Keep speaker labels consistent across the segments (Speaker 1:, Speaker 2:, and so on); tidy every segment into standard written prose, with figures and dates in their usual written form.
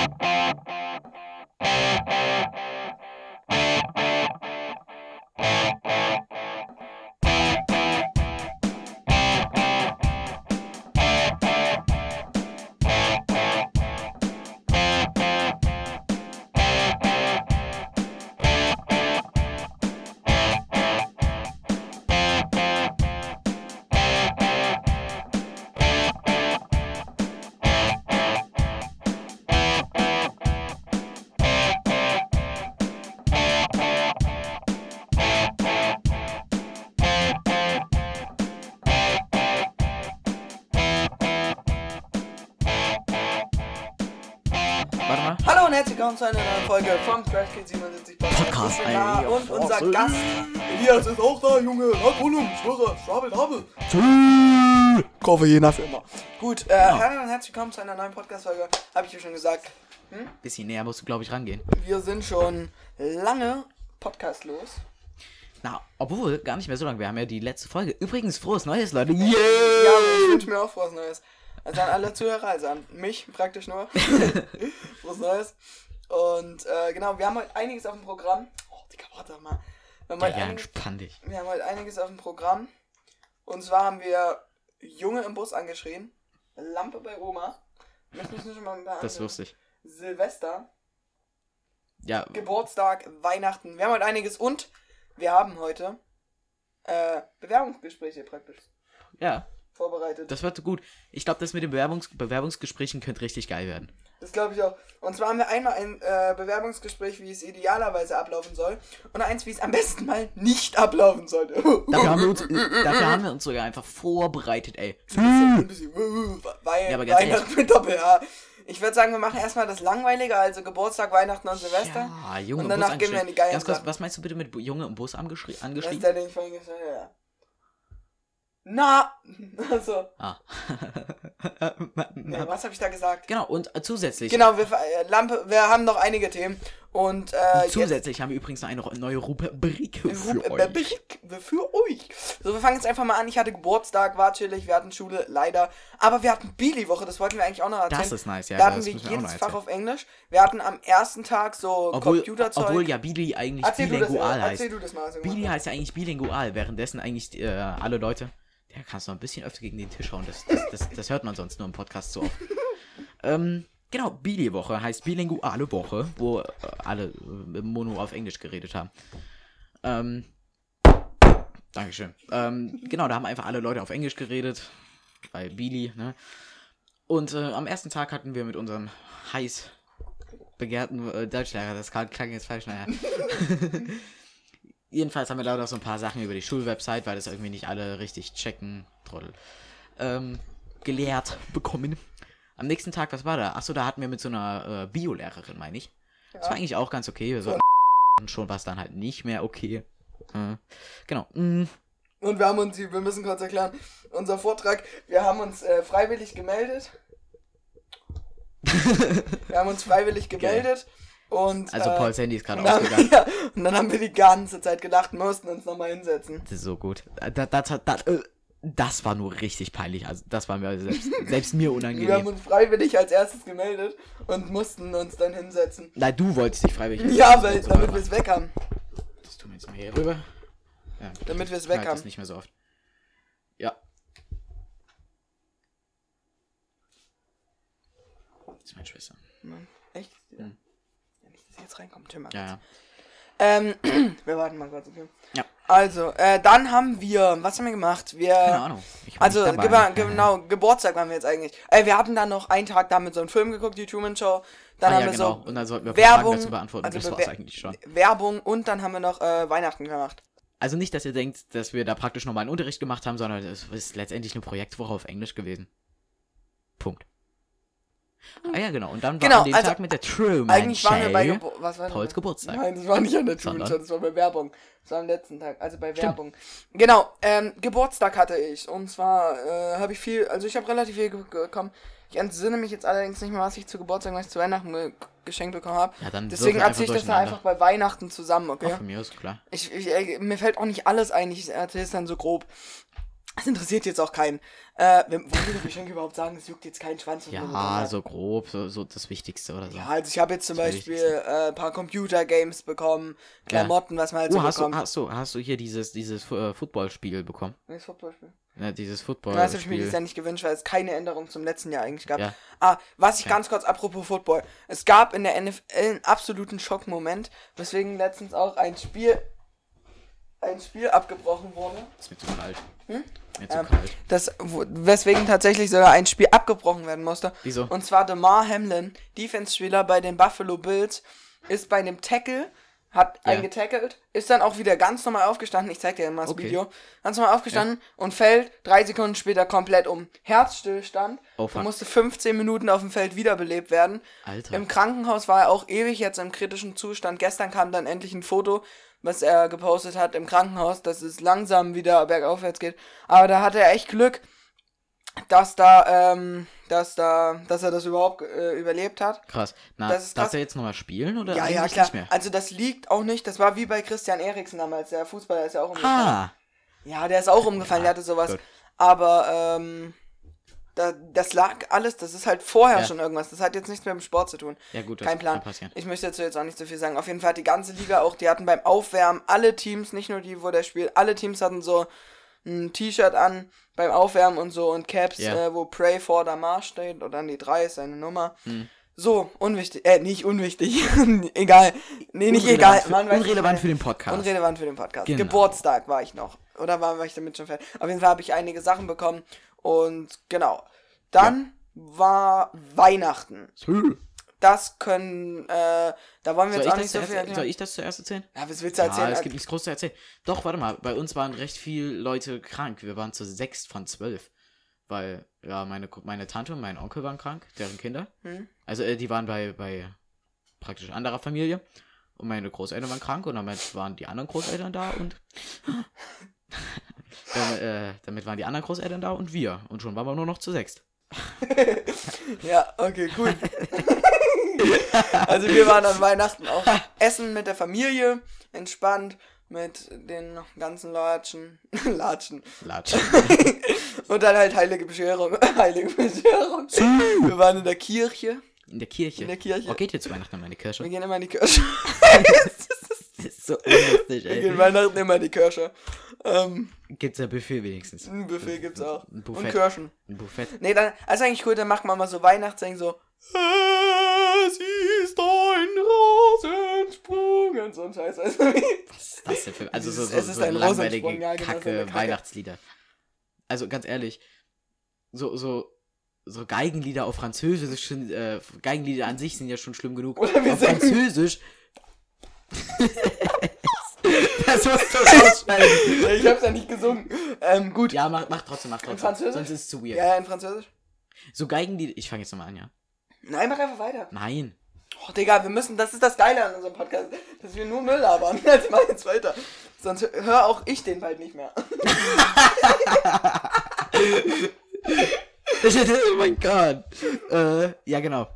Speaker 1: Warte mal.
Speaker 2: Hallo und herzlich willkommen zu einer neuen Folge vom Crash Kids 77
Speaker 1: Podcast,
Speaker 2: Ich bin da
Speaker 1: ey,
Speaker 2: und
Speaker 1: auf
Speaker 2: unser
Speaker 1: Force.
Speaker 2: Gast Elias ist auch da, Junge. Na, Gollum, Schwörer, Schwabel. Kurve je nach immer. Gut, hallo und herzlich willkommen zu einer neuen Podcast-Folge. Habe ich dir schon gesagt.
Speaker 1: Bisschen näher musst du, glaube ich, rangehen.
Speaker 2: Wir sind schon lange podcastlos.
Speaker 1: Na, obwohl, gar nicht mehr so lange. Wir haben ja die letzte Folge. Übrigens, frohes Neues, Leute.
Speaker 2: Ja, ich wünsche mir auch frohes Neues. Also an alle Zuhörer, also an mich praktisch nur. Frohes Neues. Und genau, wir haben heute einiges auf dem Programm. Oh, Digga, warte mal.
Speaker 1: Entspann dich.
Speaker 2: Wir haben heute einiges auf dem Programm. Und zwar haben wir Junge im Bus angeschrien. Lampe bei Oma. Ich möchte mich nur schon mal ein paar
Speaker 1: Das ist
Speaker 2: andere.
Speaker 1: lustig.
Speaker 2: Silvester.
Speaker 1: Ja,
Speaker 2: Geburtstag, Weihnachten. Wir haben heute einiges und wir haben heute Bewerbungsgespräche praktisch
Speaker 1: ja,
Speaker 2: vorbereitet.
Speaker 1: das wird gut. Ich glaube, das mit den Bewerbungsgesprächen könnte richtig geil werden.
Speaker 2: Das glaube ich auch. Und zwar haben wir einmal ein Bewerbungsgespräch, wie es idealerweise ablaufen soll. Und eins, wie es am besten mal nicht ablaufen sollte.
Speaker 1: Dafür haben wir uns sogar einfach vorbereitet, ey.
Speaker 2: Ein bisschen, weil
Speaker 1: Ja, aber ganz
Speaker 2: Weihnachten mit Doppel-A. Ich würde sagen, wir machen erstmal das Langweilige, also Geburtstag, Weihnachten und Silvester.
Speaker 1: Ja, Junge
Speaker 2: Und
Speaker 1: im
Speaker 2: danach
Speaker 1: Bus
Speaker 2: gehen wir in die
Speaker 1: angeschrieben.
Speaker 2: geilen
Speaker 1: Ganz kurz,
Speaker 2: Sachen.
Speaker 1: was meinst du bitte mit Junge im Bus
Speaker 2: Das ist
Speaker 1: angeschrieben?
Speaker 2: der, den ich vorhin gesagt habe, ja. Na! Also,
Speaker 1: Ah.
Speaker 2: was habe ich da gesagt?
Speaker 1: Genau, und zusätzlich.
Speaker 2: Genau, wir haben noch einige Themen. Und
Speaker 1: Zusätzlich haben wir übrigens noch eine neue Rubrik für euch.
Speaker 2: Für euch. So, wir fangen jetzt einfach mal an. Ich hatte Geburtstag, war chillig, wir hatten Schule, leider. Aber wir hatten Bili-Woche, das wollten wir eigentlich auch noch erzählen.
Speaker 1: Das ist nice, ja.
Speaker 2: Da hatten
Speaker 1: das
Speaker 2: wir
Speaker 1: müssen wir auch noch
Speaker 2: jedes Fach
Speaker 1: erzählen.
Speaker 2: auf Englisch. Wir hatten am ersten Tag so Computerzeug.
Speaker 1: Obwohl ja Bili eigentlich
Speaker 2: Erzähl du das,
Speaker 1: bilingual heißt.
Speaker 2: erzähl du das mal. Also
Speaker 1: Bili heißt ja eigentlich bilingual, währenddessen eigentlich alle Leute... Ja, kannst du noch ein bisschen öfter gegen den Tisch hauen, das hört man sonst nur im Podcast so oft. Genau, Bili-Woche heißt bilinguale Woche, wo alle Mono auf Englisch geredet haben. Dankeschön. Genau, da haben einfach alle Leute auf Englisch geredet, bei Bili, ne? Und am ersten Tag hatten wir mit unserem heiß begehrten Deutschlehrer, das klang jetzt falsch, naja. Jedenfalls haben wir da noch so ein paar Sachen über die Schulwebsite, weil das irgendwie nicht alle richtig checken, Trottel, gelehrt bekommen. Am nächsten Tag, was war da? Achso, da hatten wir mit so einer Biolehrerin, meine ich. Ja. Das war eigentlich auch ganz okay. So und schon war es dann halt nicht mehr okay. Genau.
Speaker 2: Und wir müssen kurz erklären, unser Vortrag, wir haben uns freiwillig gemeldet. Und,
Speaker 1: also Pauls Handy ist gerade ausgegangen.
Speaker 2: Ja, und dann haben wir die ganze Zeit gedacht, wir mussten uns nochmal hinsetzen.
Speaker 1: Das ist so gut. Das war nur richtig peinlich. Also das war mir selbst mir unangenehm.
Speaker 2: Wir haben uns freiwillig als erstes gemeldet und mussten uns dann hinsetzen.
Speaker 1: Nein, du wolltest dich freiwillig.
Speaker 2: Ja, damit wir es weg haben.
Speaker 1: Das tun wir jetzt mal hier rüber. Ja,
Speaker 2: damit wir es weg haben.
Speaker 1: Das nicht mehr so oft. Ja. Das ist meine Schwester.
Speaker 2: Echt? Ja. Nicht, dass sie jetzt reinkommt. Tim,
Speaker 1: ja.
Speaker 2: wir warten mal kurz, okay?
Speaker 1: Ja.
Speaker 2: Also, dann haben wir, was haben wir gemacht?
Speaker 1: Keine Ahnung.
Speaker 2: Genau, Geburtstag waren wir jetzt eigentlich. Wir hatten dann noch einen Tag damit so einen Film geguckt, die Truman Show. Dann haben wir
Speaker 1: genau.
Speaker 2: so
Speaker 1: und dann sollten wir
Speaker 2: Werbung
Speaker 1: Fragen dazu beantworten.
Speaker 2: also
Speaker 1: das war's eigentlich schon.
Speaker 2: Werbung und dann haben wir noch Weihnachten gemacht.
Speaker 1: Also nicht, dass ihr denkt, dass wir da praktisch nochmal einen Unterricht gemacht haben, sondern es ist letztendlich eine Projektwoche auf Englisch gewesen. Punkt. Ah ja, genau. Und dann war an dem Tag mit der Truman
Speaker 2: eigentlich
Speaker 1: Show
Speaker 2: waren wir bei
Speaker 1: Pauls Geburtstag.
Speaker 2: Nein, das war nicht an der Truman Show, das war bei Werbung. Das war am letzten Tag, also bei Werbung. Genau, Geburtstag hatte ich. Und zwar habe ich ich habe relativ viel bekommen. Ich entsinne mich jetzt allerdings nicht mehr, was ich zu Geburtstag und was ich zu Weihnachten geschenkt bekommen habe.
Speaker 1: Ja, dann
Speaker 2: deswegen erzähle ich das da einfach bei Weihnachten zusammen, okay?
Speaker 1: Von mir ist klar.
Speaker 2: Mir fällt auch nicht alles ein, ich erzähle es dann so grob. Das interessiert jetzt auch keinen. Wollen wir dem Geschenk überhaupt sagen, es juckt jetzt keinen Schwanz?
Speaker 1: Ja, so grob, so das Wichtigste oder so.
Speaker 2: Ja, also ich habe jetzt zum Beispiel ein paar Computer-Games bekommen, Klamotten, was man halt so bekommt.
Speaker 1: Hast du hier dieses Footballspiel bekommen?
Speaker 2: Welches Footballspiel?
Speaker 1: Ja, dieses Football-Spiel.
Speaker 2: Das habe ich mir dieses Jahr nicht gewünscht, weil es keine Änderung zum letzten Jahr eigentlich gab.
Speaker 1: Ja.
Speaker 2: Was ich ganz kurz, apropos Football. Es gab in der NFL einen absoluten Schockmoment, weswegen letztens auch ein Spiel abgebrochen wurde.
Speaker 1: Ist mir zu kalt. Mir zu kalt.
Speaker 2: Weswegen tatsächlich sogar ein Spiel abgebrochen werden musste.
Speaker 1: Wieso?
Speaker 2: Und zwar Damar Hamlin, Defense-Spieler bei den Buffalo Bills, ist bei einem Tackle, hat einen getackelt, ist dann auch wieder ganz normal aufgestanden, ich zeig dir mal das Video, ganz normal aufgestanden und fällt 3 Sekunden später komplett um. Herzstillstand, er musste 15 Minuten auf dem Feld wiederbelebt werden.
Speaker 1: Alter.
Speaker 2: Im Krankenhaus war er auch ewig jetzt im kritischen Zustand. Gestern kam dann endlich ein Foto, was er gepostet hat im Krankenhaus, dass es langsam wieder bergaufwärts geht. Aber da hatte er echt Glück, dass er das überhaupt überlebt hat.
Speaker 1: Krass.
Speaker 2: Das ist
Speaker 1: darf
Speaker 2: krass.
Speaker 1: er jetzt nochmal spielen oder
Speaker 2: Ja,
Speaker 1: eigentlich
Speaker 2: klar.
Speaker 1: nicht mehr?
Speaker 2: Also das liegt auch nicht, das war wie bei Christian Eriksen damals, der Fußballer ist ja auch umgefallen. Ja, der ist auch umgefallen, der hatte sowas. Gut. Aber das lag alles, das ist halt vorher schon irgendwas. Das hat jetzt nichts mehr mit dem Sport zu tun.
Speaker 1: Ja gut, das
Speaker 2: kein Plan.
Speaker 1: kann passieren.
Speaker 2: Ich möchte dazu jetzt auch nicht so viel sagen. Auf jeden Fall hat die ganze Liga auch, die hatten beim Aufwärmen, alle Teams, nicht nur die, wo der spielt, alle Teams hatten so ein T-Shirt an beim Aufwärmen und so und Caps, wo Pray for Damar steht und dann die 3 ist seine Nummer. So, unwichtig, nicht unwichtig, egal. Nee, nicht egal.
Speaker 1: Unrelevant für den Podcast.
Speaker 2: Unrelevant für den Podcast.
Speaker 1: Genau.
Speaker 2: Geburtstag war ich noch. Oder war ich damit schon fertig? Auf jeden Fall habe ich einige Sachen bekommen und genau. Dann war Weihnachten. Das können, da wollen wir jetzt auch nicht so viel erklären.
Speaker 1: Soll ich das zuerst erzählen?
Speaker 2: Ja, was willst du erzählen?
Speaker 1: Es gibt nichts groß zu erzählen. Doch, warte mal, bei uns waren recht viele Leute krank. Wir waren zu 6 von 12. Weil, ja, meine Tante und mein Onkel waren krank, deren Kinder. Also, die waren bei praktisch anderer Familie. Und meine Großeltern waren krank und damit waren die anderen Großeltern da und damit waren die anderen Großeltern da und wir. Und schon waren wir nur noch zu 6.
Speaker 2: Ja, okay, cool. Also wir waren an Weihnachten auch essen mit der Familie, entspannt mit den ganzen Latschen. Und dann halt heilige Bescherung. Wir waren in der Kirche.
Speaker 1: In der Kirche? Oh, geht ihr zu Weihnachten immer in die Kirche?
Speaker 2: Wir gehen immer in die Kirche.
Speaker 1: Das ist so unlustig, ey.
Speaker 2: Wir gehen Weihnachten immer in die Kirche.
Speaker 1: Gibt's ja Buffet wenigstens.
Speaker 2: Ein Buffet gibt's auch.
Speaker 1: Ein Buffet.
Speaker 2: Und Kirschen.
Speaker 1: Ein Buffet.
Speaker 2: Nee, dann, also eigentlich cool, dann macht man mal so Weihnachtssingen so. Es ist ein Rosensprung und so ein Scheiß. Also,
Speaker 1: was ist das denn für... Also so
Speaker 2: ein
Speaker 1: langweilige
Speaker 2: ja, genau,
Speaker 1: Kacke Weihnachtslieder. Also ganz ehrlich, so Geigenlieder auf Französisch sind, Geigenlieder an sich sind ja schon schlimm genug.
Speaker 2: Oder wir
Speaker 1: auf Französisch... Das musst du rausschneiden.
Speaker 2: Ich hab's ja nicht gesungen. Gut.
Speaker 1: Ja, mach trotzdem.
Speaker 2: In Französisch?
Speaker 1: Sonst ist es zu weird.
Speaker 2: Ja, in Französisch.
Speaker 1: So Geigenlieder... Ich fange jetzt nochmal an, ja?
Speaker 2: Nein, mach einfach weiter.
Speaker 1: Nein.
Speaker 2: Oh, Digga, das ist das Geile an unserem Podcast, dass wir nur Müll labern. Jetzt mach jetzt weiter. Sonst höre auch ich den bald nicht mehr.
Speaker 1: Oh mein Gott. Ja, genau.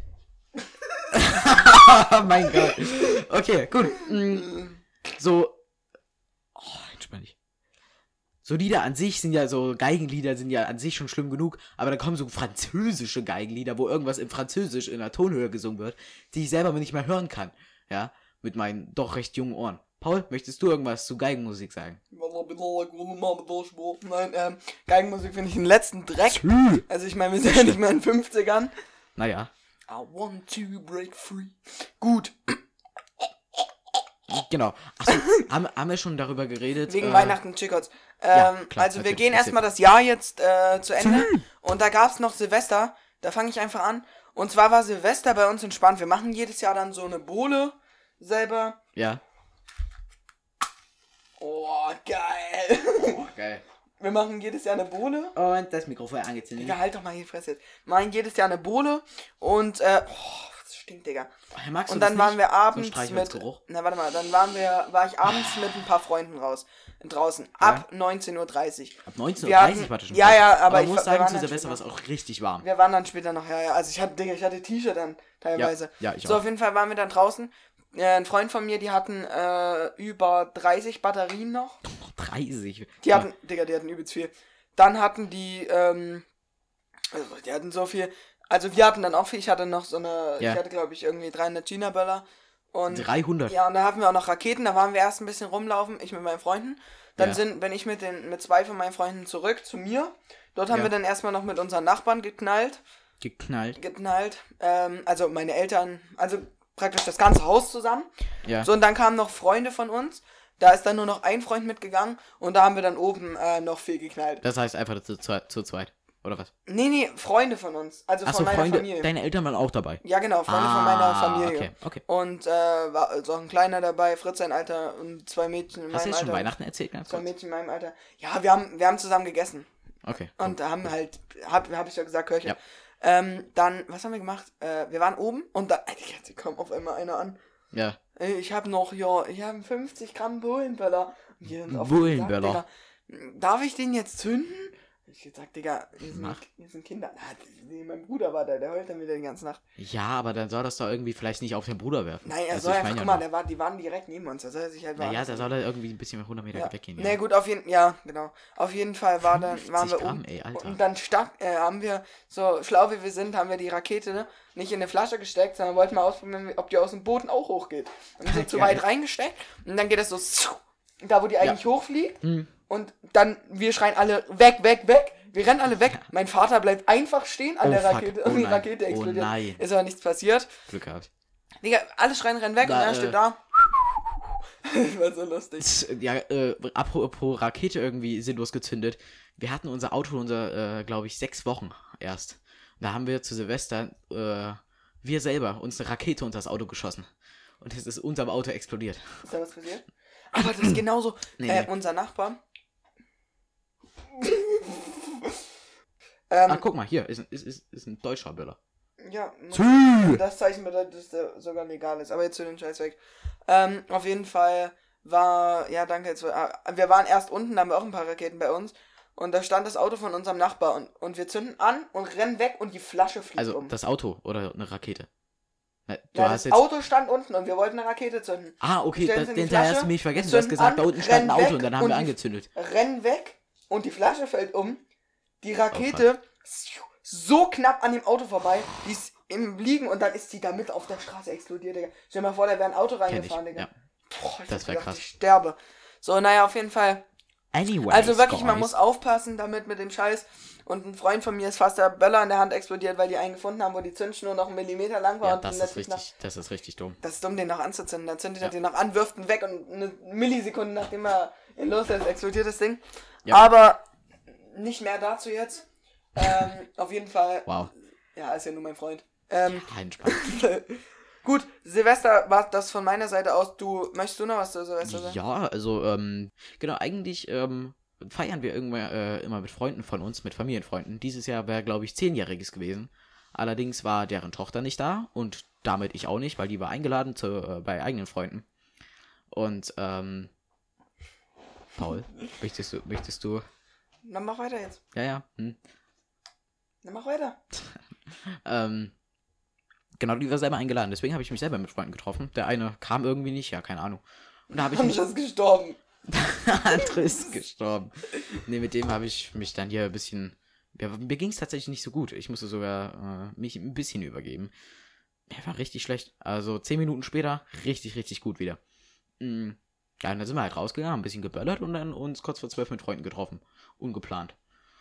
Speaker 1: Oh mein Gott. Okay, gut. So. Oh, entspann dich. So Lieder an sich sind ja so, Geigenlieder sind ja an sich schon schlimm genug, aber dann kommen so französische Geigenlieder, wo irgendwas in Französisch in der Tonhöhe gesungen wird, die ich selber nicht mehr hören kann. Ja, mit meinen doch recht jungen Ohren. Paul, möchtest du irgendwas zu Geigenmusik sagen?
Speaker 2: Nein, Geigenmusik finde ich den letzten Dreck. Also ich meine, wir sind ja nicht mehr in den 50ern.
Speaker 1: Naja.
Speaker 2: I want to break free. Gut.
Speaker 1: Genau. Achso, haben wir schon darüber geredet?
Speaker 2: Wegen Weihnachten, Chicos.
Speaker 1: Ja, klar,
Speaker 2: also wir gehen erstmal das Jahr jetzt zu Ende. Und da gab's noch Silvester. Da fange ich einfach an. Und zwar war Silvester bei uns entspannt. Wir machen jedes Jahr dann so eine Bowle selber.
Speaker 1: Ja.
Speaker 2: Oh, geil.
Speaker 1: Oh, geil.
Speaker 2: Wir machen jedes Jahr eine Bowle.
Speaker 1: Und das Mikrofon angezündet.
Speaker 2: Digga, halt doch mal die Fresse jetzt. Wir machen jedes Jahr eine Bowle. Und, das stinkt, Digga.
Speaker 1: Magst du
Speaker 2: und dann
Speaker 1: das
Speaker 2: waren
Speaker 1: nicht?
Speaker 2: wir abends
Speaker 1: so
Speaker 2: mit... Na, warte mal. Dann war ich abends mit ein paar Freunden draußen. Ab 19.30 Uhr.
Speaker 1: Ab 19.30 Uhr war das schon.
Speaker 2: Ja, aber
Speaker 1: ich muss sagen, zu Silvester war es auch richtig warm.
Speaker 2: Wir waren dann später noch, ja. Also ich hatte T-Shirt dann teilweise.
Speaker 1: Ja, ich auch.
Speaker 2: So, auf jeden Fall waren wir dann draußen. Ein Freund von mir, die hatten über 30 Batterien noch.
Speaker 1: 30?
Speaker 2: Die hatten übelst viel. dann hatten die, also die hatten so viel, also wir hatten dann auch viel, ich hatte noch so eine, ich hatte glaube ich irgendwie 300 China-Böller. Und
Speaker 1: 300?
Speaker 2: Ja, und da hatten wir auch noch Raketen, da waren wir erst ein bisschen rumlaufen, ich mit meinen Freunden. Dann bin ich mit 2 von meinen Freunden zurück zu mir. Dort haben wir dann erstmal noch mit unseren Nachbarn geknallt. Also meine Eltern, also praktisch das ganze Haus zusammen. Ja. So, und dann kamen noch Freunde von uns. Da ist dann nur noch ein Freund mitgegangen und da haben wir dann oben noch viel geknallt.
Speaker 1: Das heißt einfach zu zweit, oder was?
Speaker 2: Nee, Freunde von uns. Also von meiner
Speaker 1: Freunde,
Speaker 2: Familie.
Speaker 1: Deine Eltern waren auch dabei?
Speaker 2: Ja, genau, Freunde von meiner Familie.
Speaker 1: Okay.
Speaker 2: Und war also auch ein Kleiner dabei, Fritz sein Alter und 2 Mädchen in meinem Alter.
Speaker 1: Hast du jetzt schon Weihnachten erzählt?
Speaker 2: 2 Mädchen in meinem Alter. Ja, wir haben zusammen gegessen.
Speaker 1: Okay.
Speaker 2: Und da haben halt, hab ich ja gesagt, Kirche. Ja. Dann, was haben wir gemacht? Wir waren oben und da kam auf einmal einer an.
Speaker 1: Ja.
Speaker 2: Ich habe noch, ich habe 50 Gramm Bullenböller.
Speaker 1: Bullenböller.
Speaker 2: Darf ich den jetzt zünden? Ich gesagt, Digga, wir sind Kinder. Mein Bruder war da, der heult dann wieder die ganze Nacht.
Speaker 1: Ja, aber dann soll das doch irgendwie vielleicht nicht auf den Bruder werfen.
Speaker 2: Nein, er soll einfach, guck mal, die waren direkt neben uns. Da soll er sich halt
Speaker 1: da soll er irgendwie ein bisschen 100 Meter weggehen.
Speaker 2: Ja, gut, auf jeden Fall waren wir
Speaker 1: oben. Ey, Alter.
Speaker 2: Und dann haben wir, so schlau wie wir sind, haben wir die Rakete nicht in eine Flasche gesteckt, sondern wollten mal ausprobieren, ob die aus dem Boden auch hochgeht. Und wir sind zu weit reingesteckt und dann geht es so, da wo die eigentlich hochfliegt. Und dann, wir schreien alle, weg. Wir rennen alle weg. Mein Vater bleibt einfach stehen an der Rakete. Und die Rakete explodiert.
Speaker 1: Nein.
Speaker 2: Ist aber nichts passiert.
Speaker 1: Glück gehabt.
Speaker 2: Digga, alle rennen weg und er steht da. Das war so lustig.
Speaker 1: Ja, apropos Rakete irgendwie sinnlos gezündet. Wir hatten unser Auto, glaube ich, 6 Wochen erst. Da haben wir zu Silvester, wir selber, uns eine Rakete unter das Auto geschossen. Und es ist unterm Auto explodiert.
Speaker 2: Ist da was passiert? Aber das ist genauso. Unser Nachbar.
Speaker 1: Guck mal, hier, ist ein deutscher Böller.
Speaker 2: Ja, das Zeichen bedeutet, dass der sogar legal ist. Aber jetzt zu den Scheiß weg. Auf jeden Fall danke jetzt. Wir waren erst unten, da haben wir auch ein paar Raketen bei uns. Und da stand das Auto von unserem Nachbar. Und wir zünden an und rennen weg und die Flasche fliegt
Speaker 1: um. Also das Auto oder eine Rakete?
Speaker 2: Das Auto stand unten und wir wollten eine Rakete zünden.
Speaker 1: Okay, den Teil hast du mich vergessen. Du hast gesagt, da unten stand ein Auto und dann haben wir angezündet.
Speaker 2: Rennen weg und die Flasche fällt um. Die Rakete so knapp an dem Auto vorbei, die ist im Liegen und dann ist die da mit auf der Straße explodiert, Digga. Stell dir mal vor, da wäre ein Auto reingefahren, Digga.
Speaker 1: Ja.
Speaker 2: Boah,
Speaker 1: das wäre krass.
Speaker 2: Ich sterbe. So, naja, auf jeden Fall.
Speaker 1: Anyways,
Speaker 2: also wirklich, man muss aufpassen damit mit dem Scheiß. Und ein Freund von mir ist fast der Böller in der Hand explodiert, weil die einen gefunden haben, wo die Zündschnur noch 1 Millimeter lang war.
Speaker 1: Ja,
Speaker 2: und
Speaker 1: das ist richtig dumm.
Speaker 2: Das ist dumm, den noch anzuzünden. Dann zündet er den noch an, wirft ihn weg und eine Millisekunde, nachdem er los ist, explodiert das Ding. Ja. Aber nicht mehr dazu jetzt. Auf jeden Fall.
Speaker 1: Wow.
Speaker 2: Ja, ist ja nur mein Freund.
Speaker 1: Kein Spaß.
Speaker 2: Gut, Silvester war das von meiner Seite aus. Möchtest du noch was zu Silvester sagen?
Speaker 1: Ja, also, genau, eigentlich, feiern wir irgendwann immer mit Freunden von uns, mit Familienfreunden. Dieses Jahr wäre, glaube ich, 10-jähriges gewesen. Allerdings war deren Tochter nicht da und damit ich auch nicht, weil die war eingeladen bei eigenen Freunden. Und, Paul, möchtest du?
Speaker 2: Na, mach weiter jetzt.
Speaker 1: Ja.
Speaker 2: Na, mach weiter.
Speaker 1: Genau, die war selber eingeladen. Deswegen habe ich mich selber mit Freunden getroffen. Der eine kam irgendwie nicht, ja, keine Ahnung. Und da habe ich
Speaker 2: ist gestorben.
Speaker 1: Der andere ist gestorben. Nee, mit dem habe ich mich dann hier ein bisschen... mir ging es tatsächlich nicht so gut. Ich musste sogar mich ein bisschen übergeben. Er war richtig schlecht. Also 10 Minuten später richtig, richtig gut wieder. Ja, und dann sind wir halt rausgegangen, ein bisschen geböllert und dann uns kurz vor 12 mit Freunden getroffen. Ungeplant.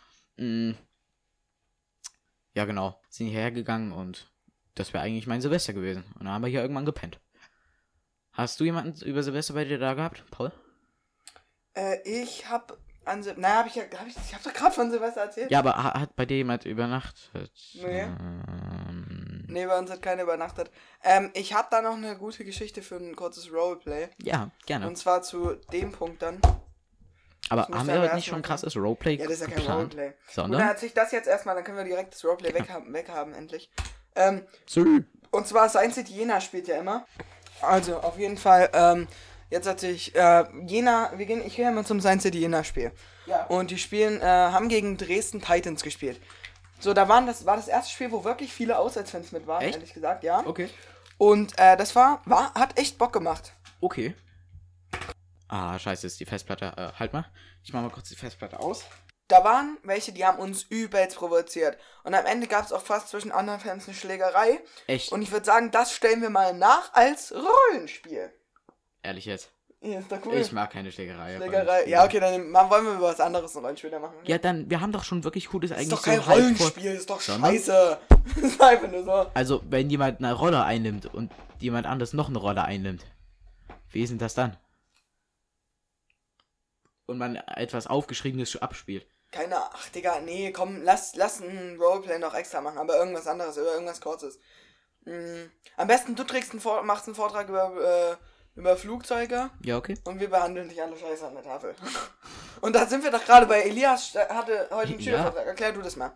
Speaker 1: Ja, genau. Sind hierher gegangen und das wäre eigentlich mein Silvester gewesen. Und dann haben wir hier irgendwann gepennt. Hast du jemanden über Silvester bei dir da gehabt, Paul?
Speaker 2: Ich hab doch gerade von Silvester erzählt.
Speaker 1: Ja, aber hat bei dir jemand übernachtet?
Speaker 2: Nee. Nee, bei uns hat keiner übernachtet. Ich hab da noch eine gute Geschichte für ein kurzes Roleplay.
Speaker 1: Ja, gerne.
Speaker 2: Und zwar zu dem Punkt dann.
Speaker 1: Aber haben wir heute nicht schon ein krasses Roleplay
Speaker 2: geplant? Ja, das ist ja kein Roleplay.
Speaker 1: Sondern?
Speaker 2: Und dann erzähl ich das jetzt erstmal, dann können wir direkt das Roleplay weghaben, endlich. Und zwar Science City Jena spielt ja immer. Also, auf jeden Fall, jetzt erzähl ich, Jena, ich gehe mal zum Science City Jena Spiel. Ja. Und die haben gegen Dresden Titans gespielt. So, war das erste Spiel, wo wirklich viele Auswärtsfans mit waren, ehrlich gesagt, ja.
Speaker 1: Okay.
Speaker 2: Und das hat echt Bock gemacht.
Speaker 1: Okay. Scheiße, ist die Festplatte. Halt mal. Ich mach mal kurz die Festplatte aus.
Speaker 2: da waren welche, die haben uns übelst provoziert. Und am Ende gab es auch fast zwischen anderen Fans eine Schlägerei.
Speaker 1: Echt?
Speaker 2: Und ich würde sagen, das stellen wir mal nach als Rollenspiel.
Speaker 1: Ehrlich jetzt?
Speaker 2: Ja, ist doch cool.
Speaker 1: Ich mag keine Schlägerei.
Speaker 2: Ja, okay, dann wollen wir was anderes ein Rollenspiel machen.
Speaker 1: Ja, dann, wir haben doch schon wirklich cooles eigentlich.
Speaker 2: Ist doch kein
Speaker 1: so halb
Speaker 2: Rollenspiel, ist doch scheiße. Das ist einfach nur so.
Speaker 1: Also, wenn jemand eine Rolle einnimmt und jemand anderes noch eine Rolle einnimmt, wie ist denn das dann? Und man etwas Aufgeschriebenes abspielt.
Speaker 2: Ach Digga, nee, komm, lass ein Roleplay noch extra machen, aber irgendwas anderes, über irgendwas Kurzes. Am besten du machst einen Vortrag über Flugzeuge.
Speaker 1: Ja, okay.
Speaker 2: Und wir behandeln dich alle scheiße an der Tafel. Und da sind wir doch gerade bei Elias, hatte heute einen Schülervortrag. Erklär du das mal.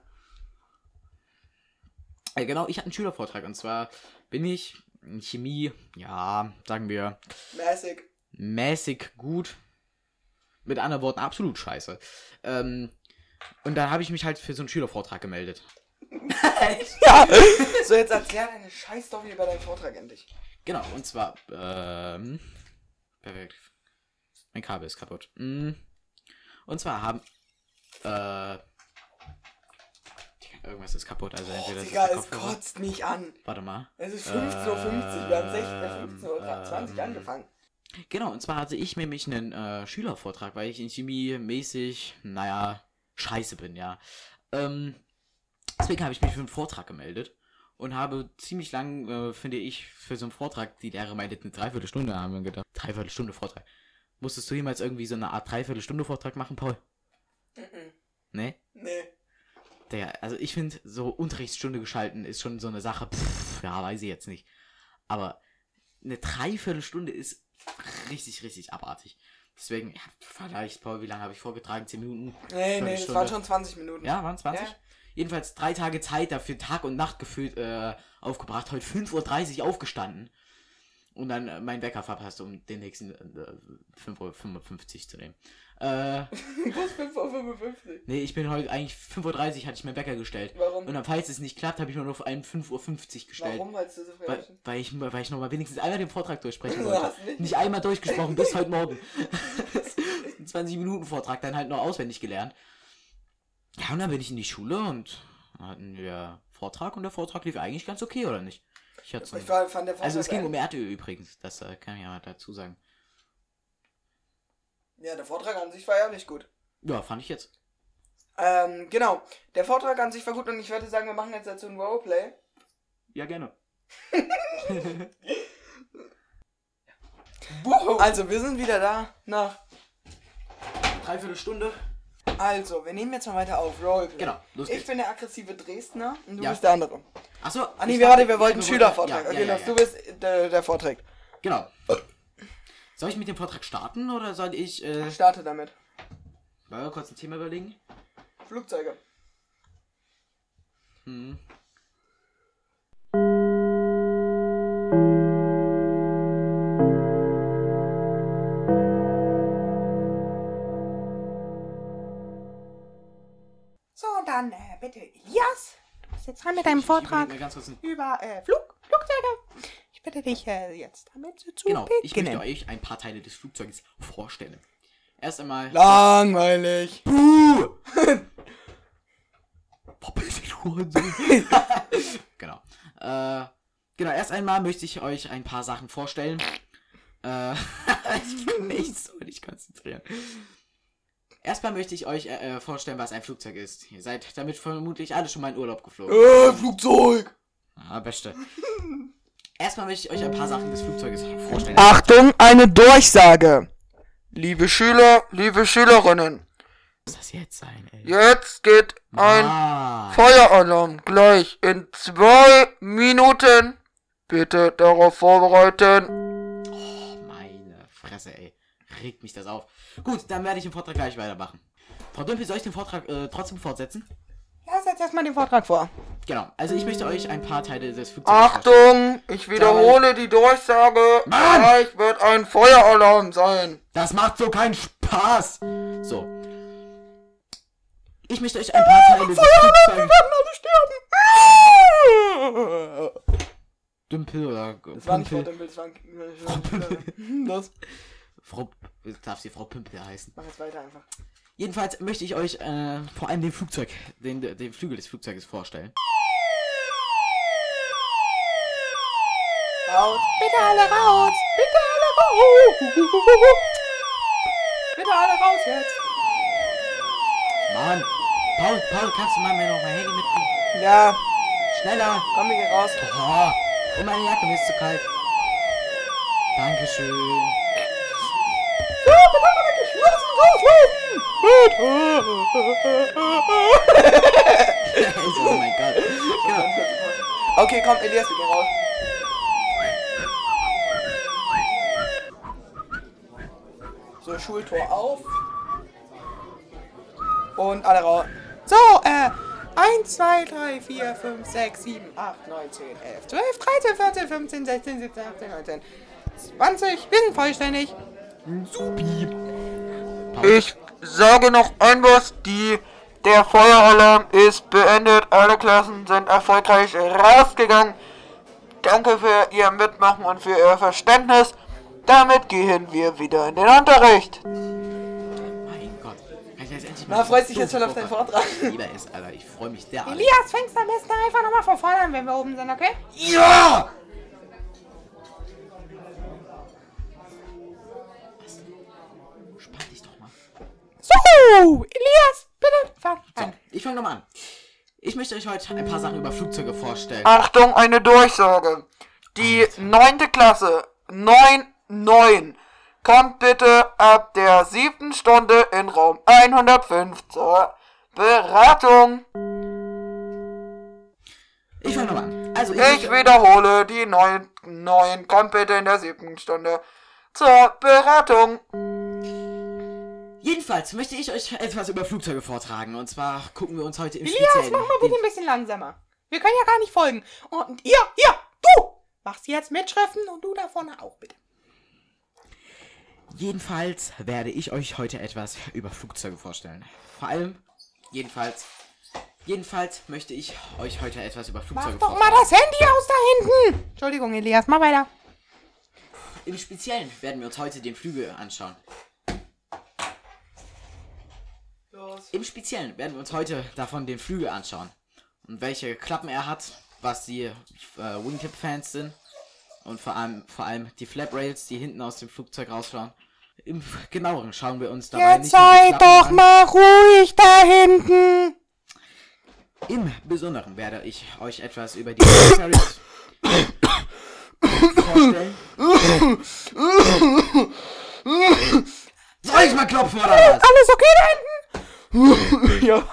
Speaker 1: Genau, ich hatte einen Schülervortrag und zwar bin ich in Chemie, ja, sagen wir... Mäßig gut. Mit anderen Worten, absolut scheiße. Und dann habe ich mich halt für so einen Schülervortrag gemeldet.
Speaker 2: Ja. So, jetzt erklär deine Scheiß-Story über deinen Vortrag endlich.
Speaker 1: Genau, und zwar, perfekt. Mein Kabel ist kaputt. Und zwar haben, irgendwas ist kaputt, also entweder
Speaker 2: Digga, es kotzt mich an.
Speaker 1: Warte mal.
Speaker 2: Es ist 15:50 Uhr, wir haben 15:20 Uhr angefangen.
Speaker 1: Genau, und zwar hatte ich nämlich einen Schülervortrag, weil ich in Chemie mäßig, scheiße bin, ja. Deswegen habe ich mich für einen Vortrag gemeldet und habe ziemlich lang, finde ich, für so einen Vortrag, die Lehrer meinte, eine Dreiviertelstunde, haben wir gedacht. Dreiviertelstunde Vortrag. Musstest du jemals irgendwie so eine Art Dreiviertelstunde Vortrag machen, Paul? Nee?
Speaker 2: Nee.
Speaker 1: Also ich finde, so Unterrichtsstunde geschalten ist schon so eine Sache, weiß ich jetzt nicht. Aber eine Dreiviertelstunde ist richtig, richtig abartig. Deswegen, vielleicht, Paul, wie lange habe ich vorgetragen? 10 Minuten?
Speaker 2: Nee, das waren schon 20 Minuten.
Speaker 1: Ja, waren 20? Ja. Jedenfalls 3 Tage Zeit dafür, Tag und Nacht gefühlt aufgebracht. Heute 5:30 Uhr aufgestanden. Und dann meinen Wecker verpasst, um den nächsten 5:55 Uhr zu nehmen.
Speaker 2: Was, 5:55 Uhr?
Speaker 1: Nee, ich bin heute eigentlich 5:30 Uhr hatte ich meinen Wecker gestellt.
Speaker 2: Warum?
Speaker 1: Und dann, falls es nicht klappt, habe ich nur noch auf einen 5:50 Uhr gestellt.
Speaker 2: Warum, weil du so früh
Speaker 1: weil ich noch mal wenigstens einmal den Vortrag durchsprechen wollte. Nicht einmal durchgesprochen, bis heute Morgen. 20 Minuten Vortrag, dann halt noch auswendig gelernt. Ja, und dann bin ich in die Schule und hatten wir Vortrag und der Vortrag lief eigentlich ganz okay, oder nicht? Fand der Vortrag also es ging um Erdöl übrigens, das kann ich ja mal dazu sagen.
Speaker 2: Ja, der Vortrag an sich war ja nicht gut.
Speaker 1: Ja, fand ich jetzt.
Speaker 2: Genau. Der Vortrag an sich war gut und ich würde sagen, wir machen jetzt dazu ein Roleplay.
Speaker 1: Ja, gerne.
Speaker 2: Also, wir sind wieder da nach
Speaker 1: Dreiviertelstunde.
Speaker 2: Also, wir nehmen jetzt mal weiter auf. Roleplay.
Speaker 1: Genau, los geht's.
Speaker 2: Ich bin der aggressive Dresdner und du
Speaker 1: Ja.
Speaker 2: bist der andere.
Speaker 1: Achso.
Speaker 2: Wir wollten Schülervortrag. Okay, du bist der vorträgt.
Speaker 1: Genau. Soll ich mit dem Vortrag starten oder soll ich...
Speaker 2: Starte damit.
Speaker 1: Wollen wir kurz ein Thema überlegen?
Speaker 2: Flugzeuge. So, dann bitte Elias. Du bist jetzt dran mit deinem Vortrag über Flugzeuge. Ich bitte dich jetzt damit zu
Speaker 1: Genau, ich möchte euch ein paar Teile des Flugzeuges vorstellen. Erst einmal...
Speaker 2: Langweilig.
Speaker 1: Genau. Genau, erst einmal möchte ich euch ein paar Sachen vorstellen. Ich kann mich so nicht konzentrieren. Erstmal möchte ich euch vorstellen, was ein Flugzeug ist. Ihr seid damit vermutlich alle schon mal in Urlaub geflogen.
Speaker 2: Flugzeug!
Speaker 1: Ah, beste. Erstmal möchte ich euch ein paar Sachen des Flugzeuges vorstellen.
Speaker 2: Achtung, eine Durchsage. Liebe Schüler, liebe Schülerinnen.
Speaker 1: Was muss das jetzt sein, ey?
Speaker 2: Jetzt geht ein Feueralarm gleich in 2 Minuten. Bitte darauf vorbereiten.
Speaker 1: Oh, meine Fresse, ey. Regt mich das auf. Gut, dann werde ich den Vortrag gleich weitermachen. Frau Dümpel, soll ich den Vortrag trotzdem fortsetzen?
Speaker 2: Lass jetzt erstmal den Vortrag vor.
Speaker 1: Genau, also ich möchte euch ein paar Teile des Flugzeugs
Speaker 2: Achtung, ich wiederhole die Durchsage.
Speaker 1: Mann!
Speaker 2: Gleich wird ein Feueralarm sein.
Speaker 1: Das macht so keinen Spaß. So. Ich möchte euch ein paar Teile des Flugzeugs...
Speaker 2: Wir werden alle sterben.
Speaker 1: Dümpel oder...
Speaker 2: Das war nicht Frau Dümpel, das war
Speaker 1: Frau Pümpel.
Speaker 2: Das.
Speaker 1: Darf sie Frau Pümpel heißen.
Speaker 2: Mach jetzt weiter einfach.
Speaker 1: Jedenfalls möchte ich euch vor allem den Flügel des Flugzeuges vorstellen.
Speaker 2: Raus! Bitte alle raus! Bitte alle raus! Bitte alle raus jetzt!
Speaker 1: Mann! Paul, kannst du mal mir noch mein Handy mitbringen?
Speaker 2: Ja.
Speaker 1: Schneller!
Speaker 2: Komm, wir gehen raus.
Speaker 1: Oh, und meine Jacke, mir ist zu kalt. Dankeschön.
Speaker 2: So, bitte alle geschlossen rauslaufen!
Speaker 1: Oh mein Gott. Ja.
Speaker 2: Okay, komm, Elias, wir gehen raus. So, Schultor auf. Und alle raus. So, 1, 2, 3, 4, 5, 6, 7, 8, 9, 10, 11, 12, 13, 14, 15, 16, 17, 18, 19, 20. Wir sind vollständig.
Speaker 1: Supi.
Speaker 2: Ich sage noch ein was. Der Feueralarm ist beendet. Alle Klassen sind erfolgreich rausgegangen. Danke für Ihr Mitmachen und für Ihr Verständnis. Damit gehen wir wieder in den Unterricht.
Speaker 1: Mein Gott. Kann ich jetzt endlich
Speaker 2: Na, freust dich jetzt schon auf deinen Vortrag?
Speaker 1: Lieber ist, Alter. Ich freue mich derart.
Speaker 2: Elias, fängst am besten einfach nochmal von vorne an, wenn wir oben sind, okay?
Speaker 1: Ja! Spann dich doch mal.
Speaker 2: So, Elias, bitte fang
Speaker 1: So,
Speaker 2: an.
Speaker 1: ich fange nochmal an. Ich möchte euch heute ein paar Sachen über Flugzeuge vorstellen.
Speaker 2: Achtung, eine Durchsage. Die 9. Klasse, 9, kommt bitte ab der 7. Stunde in Raum 105 zur Beratung.
Speaker 1: Ich fange nochmal an. Also,
Speaker 2: Ich wiederhole, die 9 kommt bitte in der 7. Stunde zur Beratung.
Speaker 1: Jedenfalls möchte ich euch etwas über Flugzeuge vortragen. Und zwar gucken wir uns heute im
Speaker 2: Elias,
Speaker 1: Speziellen...
Speaker 2: mach mal bitte ein bisschen langsamer. Wir können ja gar nicht folgen. Und ihr, du machst jetzt Mitschriften und du da vorne auch bitte.
Speaker 1: Jedenfalls werde ich euch heute etwas über Flugzeuge vorstellen. Vor allem, jedenfalls möchte ich euch heute etwas über Flugzeuge
Speaker 2: Mach doch mal das Handy aus da hinten. Entschuldigung, Elias, mach weiter.
Speaker 1: Im Speziellen werden wir uns heute den Flügel anschauen. Im Speziellen werden wir uns heute davon den Flügel anschauen. Und welche Klappen er hat, was die Wingtip-Fans sind. Und vor allem die Flaprails, die hinten aus dem Flugzeug rausschauen. Im Genaueren schauen wir uns dabei
Speaker 2: Jetzt seid doch mal ruhig da hinten.
Speaker 1: Im Besonderen werde ich euch etwas über die Flaprails vorstellen. Soll ich mal klopfen oder was?
Speaker 2: Alles okay da hinten? Ja.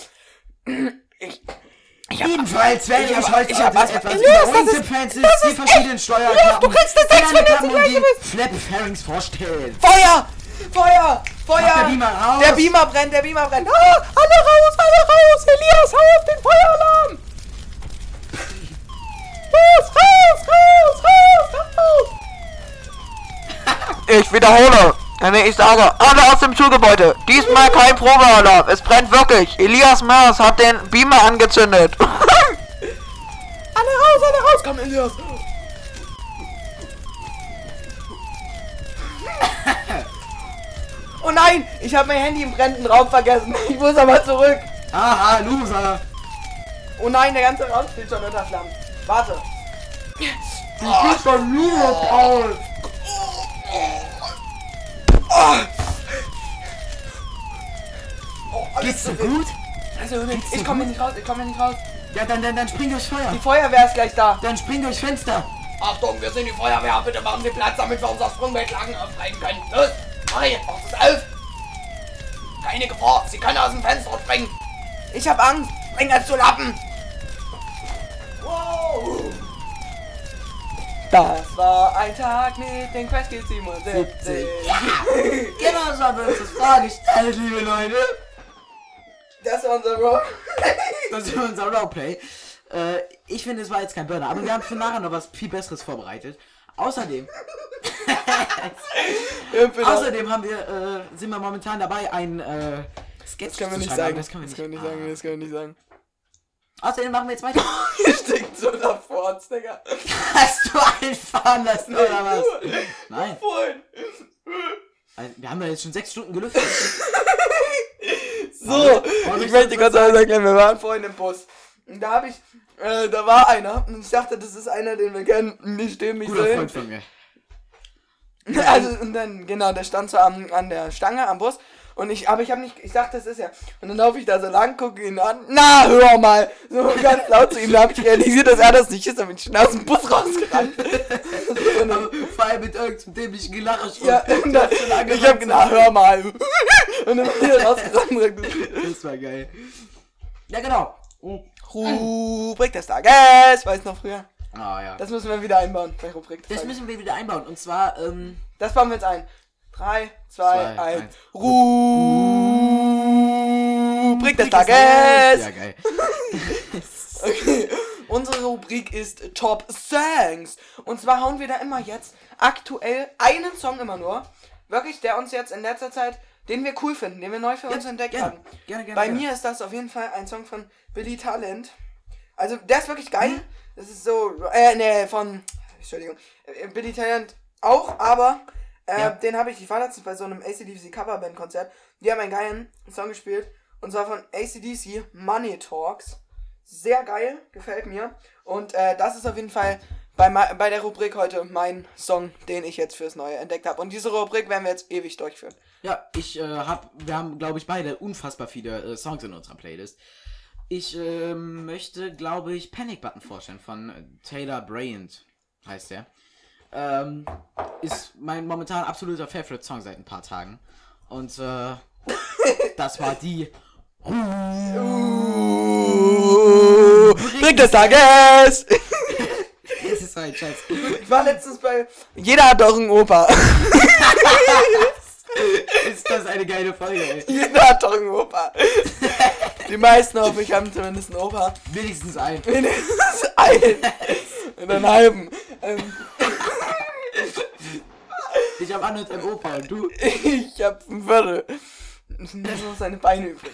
Speaker 1: Jedenfalls werde ich heute etwas über
Speaker 2: Elias,
Speaker 1: Wingtip-Fans, die verschiedenen Steuerklappen,
Speaker 2: du kriegst das 6 Minuten gleich
Speaker 1: und Flap-Fairings vorstellen.
Speaker 2: Feuer!
Speaker 1: Macht der Beamer raus?
Speaker 2: Der Beamer brennt. Ah, alle raus! Elias, hau auf den Feueralarm! Raus! Ich wiederhole, ich sage, alle aus dem Schulgebäude. Diesmal kein Probealarm, es brennt wirklich. Elias Mars hat den Beamer angezündet. Alle raus! Komm, Elias! Oh nein, ich habe mein Handy im brennenden Raum vergessen. Ich muss aber zurück.
Speaker 1: Aha, Loser.
Speaker 2: Oh nein, der ganze Raum steht schon unter Flammen. Warte.
Speaker 1: Du bist doch nur, Paul. Geht's dir gut?
Speaker 2: Also, ich komme hier nicht raus.
Speaker 1: Ja, dann spring durchs Feuer.
Speaker 2: Die Feuerwehr ist gleich da.
Speaker 1: Dann spring durchs Fenster.
Speaker 2: Achtung, wir sind die Feuerwehr. Bitte machen Sie Platz, damit wir unser Sprungbrett lang aufreiben können. Los, Mari, mach es auf. Keine Gefahr, Sie können aus dem Fenster springen. Ich hab Angst. Spring als zu Lappen. Wow. Das war ein Tag mit den Quest Kids 77.
Speaker 1: Ja, genau so haben wir uns das vorgestellt, liebe Leute.
Speaker 2: Das war unser Roleplay.
Speaker 1: Das war unser Roleplay. Ich finde, es war jetzt kein Burner, aber wir haben für nachher noch was viel Besseres vorbereitet. Außerdem haben wir, sind wir momentan dabei, ein Sketch
Speaker 2: zu schreiben. Das können wir nicht sagen.
Speaker 1: Außerdem machen wir jetzt weiter.
Speaker 2: Hier steckt so davor, Digga.
Speaker 1: Hast du einen fahren lassen, oder was? Nein.
Speaker 2: Vorhin.
Speaker 1: Also, wir haben ja jetzt schon 6 Stunden gelüftet.
Speaker 2: So, ich möchte kurz was erklären, wir waren vorhin im Bus. Und da da war einer, und ich dachte, das ist einer, den wir kennen, und ich stehe mich so hin.
Speaker 1: Freund von mir.
Speaker 2: Also, und dann, genau, der stand so an der Stange am Bus. Und ich dachte, das ist er. Und dann laufe ich da so lang, gucke ihn an. Na, hör mal! So ganz laut zu ihm, da habe ich realisiert, dass er das nicht ist. Dann bin ich schnell aus dem Bus rausgerannt.
Speaker 1: Vor allem mit irgendeinem dämlichen Gelache.
Speaker 2: Ja, und dann, ich hab genau, hör mal! Und dann bin ich rausgerannt.
Speaker 1: Das war geil. Ja, genau.
Speaker 2: Rubrik des Tages, weiß noch früher.
Speaker 1: Ah, ja.
Speaker 2: Das müssen wir wieder einbauen bei Rubrik des Tages.
Speaker 1: Das müssen wir wieder einbauen. Und zwar,
Speaker 2: das bauen wir jetzt ein. 3, 2, 1. Rubrik des Tages!
Speaker 1: Ja, geil.
Speaker 2: Okay, unsere Rubrik ist Top Songs. Und zwar hauen wir da immer jetzt aktuell einen Song immer nur. Wirklich, der uns jetzt in letzter Zeit, den wir cool finden, den wir neu für uns entdeckt haben.
Speaker 1: Gerne.
Speaker 2: Bei mir ist das auf jeden Fall ein Song von Billy Talent. Also, der ist wirklich geil. Das ist so, Entschuldigung. Billy Talent auch, aber den habe ich war letztens bei so einem AC/DC Coverband-Konzert. Die haben einen geilen Song gespielt. Und zwar von AC/DC, Money Talks. Sehr geil, gefällt mir. Und das ist auf jeden Fall bei der Rubrik heute mein Song, den ich jetzt fürs Neue entdeckt habe. Und diese Rubrik werden wir jetzt ewig durchführen.
Speaker 1: Ja, wir haben, glaube ich, beide unfassbar viele Songs in unserer Playlist. Ich möchte, glaube ich, Panic Button vorstellen von Taylor Bryant, heißt der. Ist mein momentan absoluter Favorite-Song seit ein paar Tagen. Und das war die
Speaker 2: Rubrik des Tages!
Speaker 1: Das ist ein Scheiß.
Speaker 2: Ich war letztens bei Jeder hat doch einen Opa.
Speaker 1: Ist das eine geile Folge, ey.
Speaker 2: Jeder hat doch einen Opa. Die meisten hoffe ich haben zumindest einen Opa.
Speaker 1: Wenigstens einen.
Speaker 2: Wenigstens einen. Und einen halben.
Speaker 1: Ich hab anderthalb einen Opa und du?
Speaker 2: Ich hab ein Viertel. Das sind noch seine Beine übrig.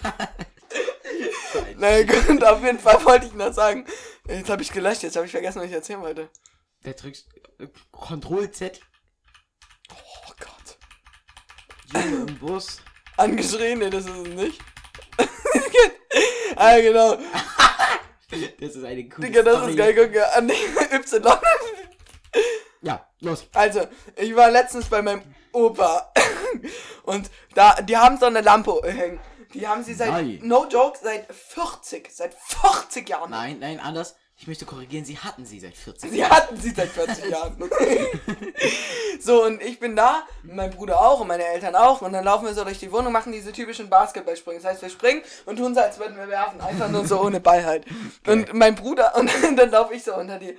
Speaker 2: Na gut, auf jeden Fall wollte ich noch sagen. Jetzt habe ich gelöscht, jetzt habe ich vergessen, was ich erzählen wollte.
Speaker 1: Der drückt Ctrl-Z.
Speaker 2: Oh Gott.
Speaker 1: Junge im Bus.
Speaker 2: Angeschrien? Ne, das ist es nicht. Ah, genau.
Speaker 1: Das ist eine coole
Speaker 2: Digga, das
Speaker 1: Story.
Speaker 2: ist geil, guck ja, an Y.
Speaker 1: Ja, los.
Speaker 2: Also, ich war letztens bei meinem Opa. Und die haben so eine Lampe hängen. Die haben sie no joke, seit 40 Jahren.
Speaker 1: Nein, anders. Ich möchte korrigieren, sie hatten sie seit 40 Jahren.
Speaker 2: Sie hatten sie seit 40 Jahren. So, und ich bin da, mein Bruder auch und meine Eltern auch. Und dann laufen wir so durch die Wohnung, machen diese typischen Basketballsprünge. Das heißt, wir springen und tun so, als würden wir werfen. Einfach nur so ohne Ball halt. Und mein Bruder, und dann laufe ich so unter die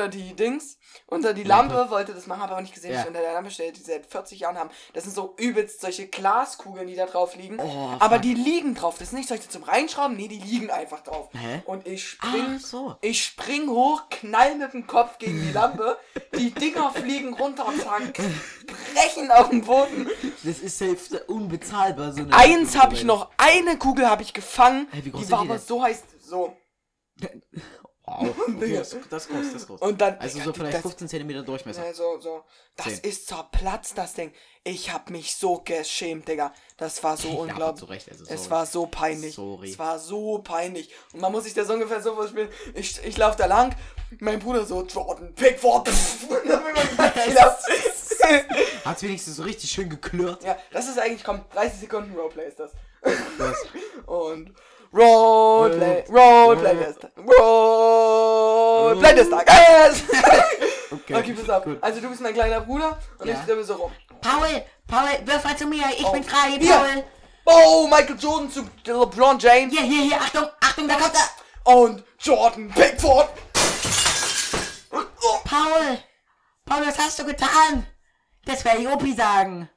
Speaker 2: Lampe, wollte das machen, habe aber nicht gesehen, dass ich unter der Lampe stehe, die seit 40 Jahren haben. Das sind so übelst solche Glaskugeln, die da drauf liegen.
Speaker 1: Oh,
Speaker 2: aber die liegen drauf. Das ist nicht solche zum Reinschrauben, nee, die liegen einfach drauf.
Speaker 1: Hä?
Speaker 2: Und ich
Speaker 1: spring
Speaker 2: hoch, knall mit dem Kopf gegen die Lampe, die Dinger fliegen runter und brechen auf den Boden.
Speaker 1: Das ist selbst unbezahlbar. So
Speaker 2: eine Kugel habe ich gefangen,
Speaker 1: hey, wie groß
Speaker 2: die war
Speaker 1: die
Speaker 2: aber
Speaker 1: denn?
Speaker 2: so heiß, so.
Speaker 1: Wow, okay, das ist groß.
Speaker 2: Und dann,
Speaker 1: also so vielleicht 15 cm Durchmesser.
Speaker 2: Ja, so. Das
Speaker 1: 10.
Speaker 2: ist zerplatzt, das Ding. Ich hab mich so geschämt, Digga. Das war so unglaublich.
Speaker 1: Zu Recht, also
Speaker 2: es war so peinlich.
Speaker 1: Sorry.
Speaker 2: Es war so peinlich. Und man muss sich das ungefähr so vorstellen. Ich lauf da lang, mein Bruder so, Jordan Pickford. Und dann bin ich
Speaker 1: Hat's wenigstens so richtig schön geklirrt.
Speaker 2: Ja, das ist eigentlich, 30 Sekunden Roleplay ist das.
Speaker 1: Was?
Speaker 2: Und Roleplay des Tages! Okay, pass auf.
Speaker 1: Gut.
Speaker 2: Also du bist mein kleiner Bruder und ich stimme so rum.
Speaker 3: Paul, wirf mal zu mir, ich bin frei,
Speaker 2: Hier.
Speaker 3: Paul.
Speaker 2: Oh, Michael Jordan zu LeBron James.
Speaker 3: Hier, Achtung, da kommt er.
Speaker 2: Und Jordan Pickford.
Speaker 3: Paul, was hast du getan? Das werde ich Opi sagen.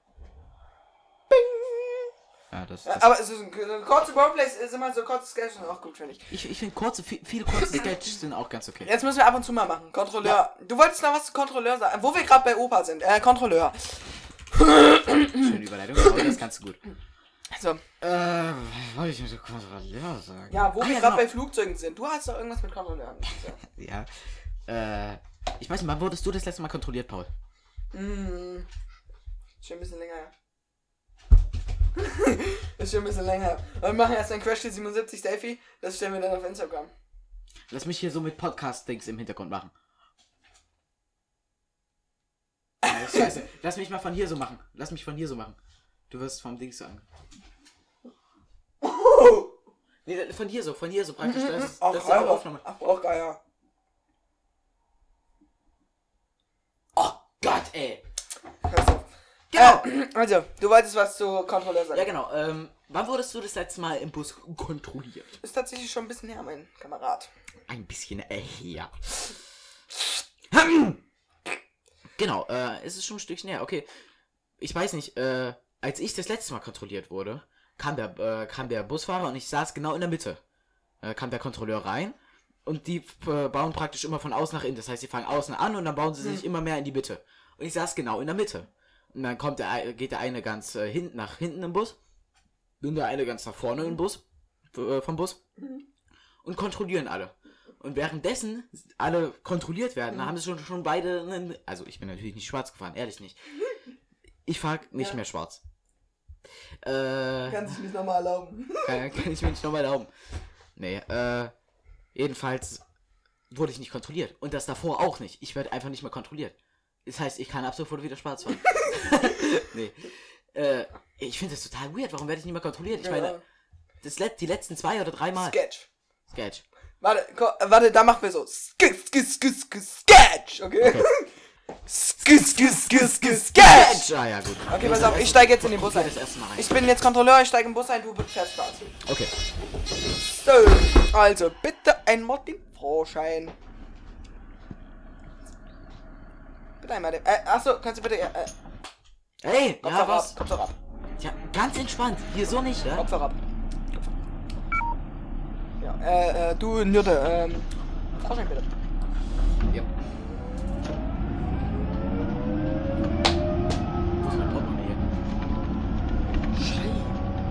Speaker 1: Ja, das
Speaker 2: Aber es ist ein kurze Roleplays, ist immer so kurze Sketches sind auch gut, finde ich.
Speaker 1: Ich finde viele kurze Sketches sind auch ganz okay.
Speaker 2: Jetzt müssen wir ab und zu mal machen. Kontrolleur. Ja. Du wolltest noch was zu Kontrolleur sagen, wo wir gerade bei Opa sind. Kontrolleur.
Speaker 1: Schöne Überleitung, aber das kannst du gut.
Speaker 2: Also.
Speaker 1: Wollte ich mit Kontrolleur sagen?
Speaker 2: Ja, wo wir gerade bei Flugzeugen sind. Du hast doch irgendwas mit Kontrolleuren.
Speaker 1: Ja. Ich weiß nicht, wann wurdest du das letzte Mal kontrolliert, Paul?
Speaker 2: Schon ein bisschen länger, ja. Das ist schon ein bisschen länger. Aber wir machen erst ein Crash 77 Selfie. Das stellen wir dann auf Instagram.
Speaker 1: Lass mich hier so mit Podcast-Dings im Hintergrund machen. Scheiße. Lass mich mal von hier so machen. Du wirst vom Dings sagen. Nee, von hier so praktisch. Das ist die Aufnahme.
Speaker 2: Ach, braucht Geier.
Speaker 1: Oh Gott, ey.
Speaker 2: Genau. Also, du wolltest was zu Kontrolleur sagen.
Speaker 1: Ja, genau. Wann wurdest du das letzte Mal im Bus kontrolliert?
Speaker 2: Ist tatsächlich schon ein bisschen her, mein Kamerad.
Speaker 1: Ein bisschen ja. Genau, es ist schon ein Stückchen her. Okay, ich weiß nicht, als ich das letzte Mal kontrolliert wurde, kam der Busfahrer und ich saß genau in der Mitte. Kam der Kontrolleur rein und die bauen praktisch immer von außen nach innen. Das heißt, sie fangen außen an und dann bauen sie sich immer mehr in die Mitte. Und ich saß genau in der Mitte. Und dann geht der eine ganz nach hinten im Bus und der eine ganz nach vorne im Bus, vom Bus und kontrollieren alle. Und währenddessen alle kontrolliert werden, haben sie schon beide, also ich bin natürlich nicht schwarz gefahren, ehrlich nicht. Ich fahre nicht mehr schwarz.
Speaker 2: Kann sich nicht nochmal erlauben.
Speaker 1: Kann ich mir nicht nochmal erlauben. Nee, jedenfalls wurde ich nicht kontrolliert. Und das davor auch nicht. Ich werde einfach nicht mehr kontrolliert. Das heißt, ich kann ab sofort wieder schwarz fahren. Nee. Ich finde das total weird. Warum werde ich nicht mehr kontrolliert? Ich meine, die letzten 2 oder 3 Mal. Sketch.
Speaker 2: Warte, da machen wir so. Sketch, okay? Sketch!
Speaker 1: Ah ja, gut.
Speaker 2: Okay, pass auf, ich steige jetzt in den Bus ein.
Speaker 1: Das erste Mal rein.
Speaker 2: Ich bin jetzt Kontrolleur, ich steige in den Bus ein, du fährst schwarz.
Speaker 1: Okay.
Speaker 2: So, also, bitte einmal den Vorschein. Bitte einmal den, achso, kannst du bitte,
Speaker 1: Hey, ja, was?
Speaker 2: Kopfhörer ab.
Speaker 1: Ja, ganz entspannt. Hier so nicht, ja?
Speaker 2: Kopfhörer ab. Ja, du Nürte, Vorschein bitte.
Speaker 1: Ja. Wo ist mein Portemonnaie hier? Scheiße.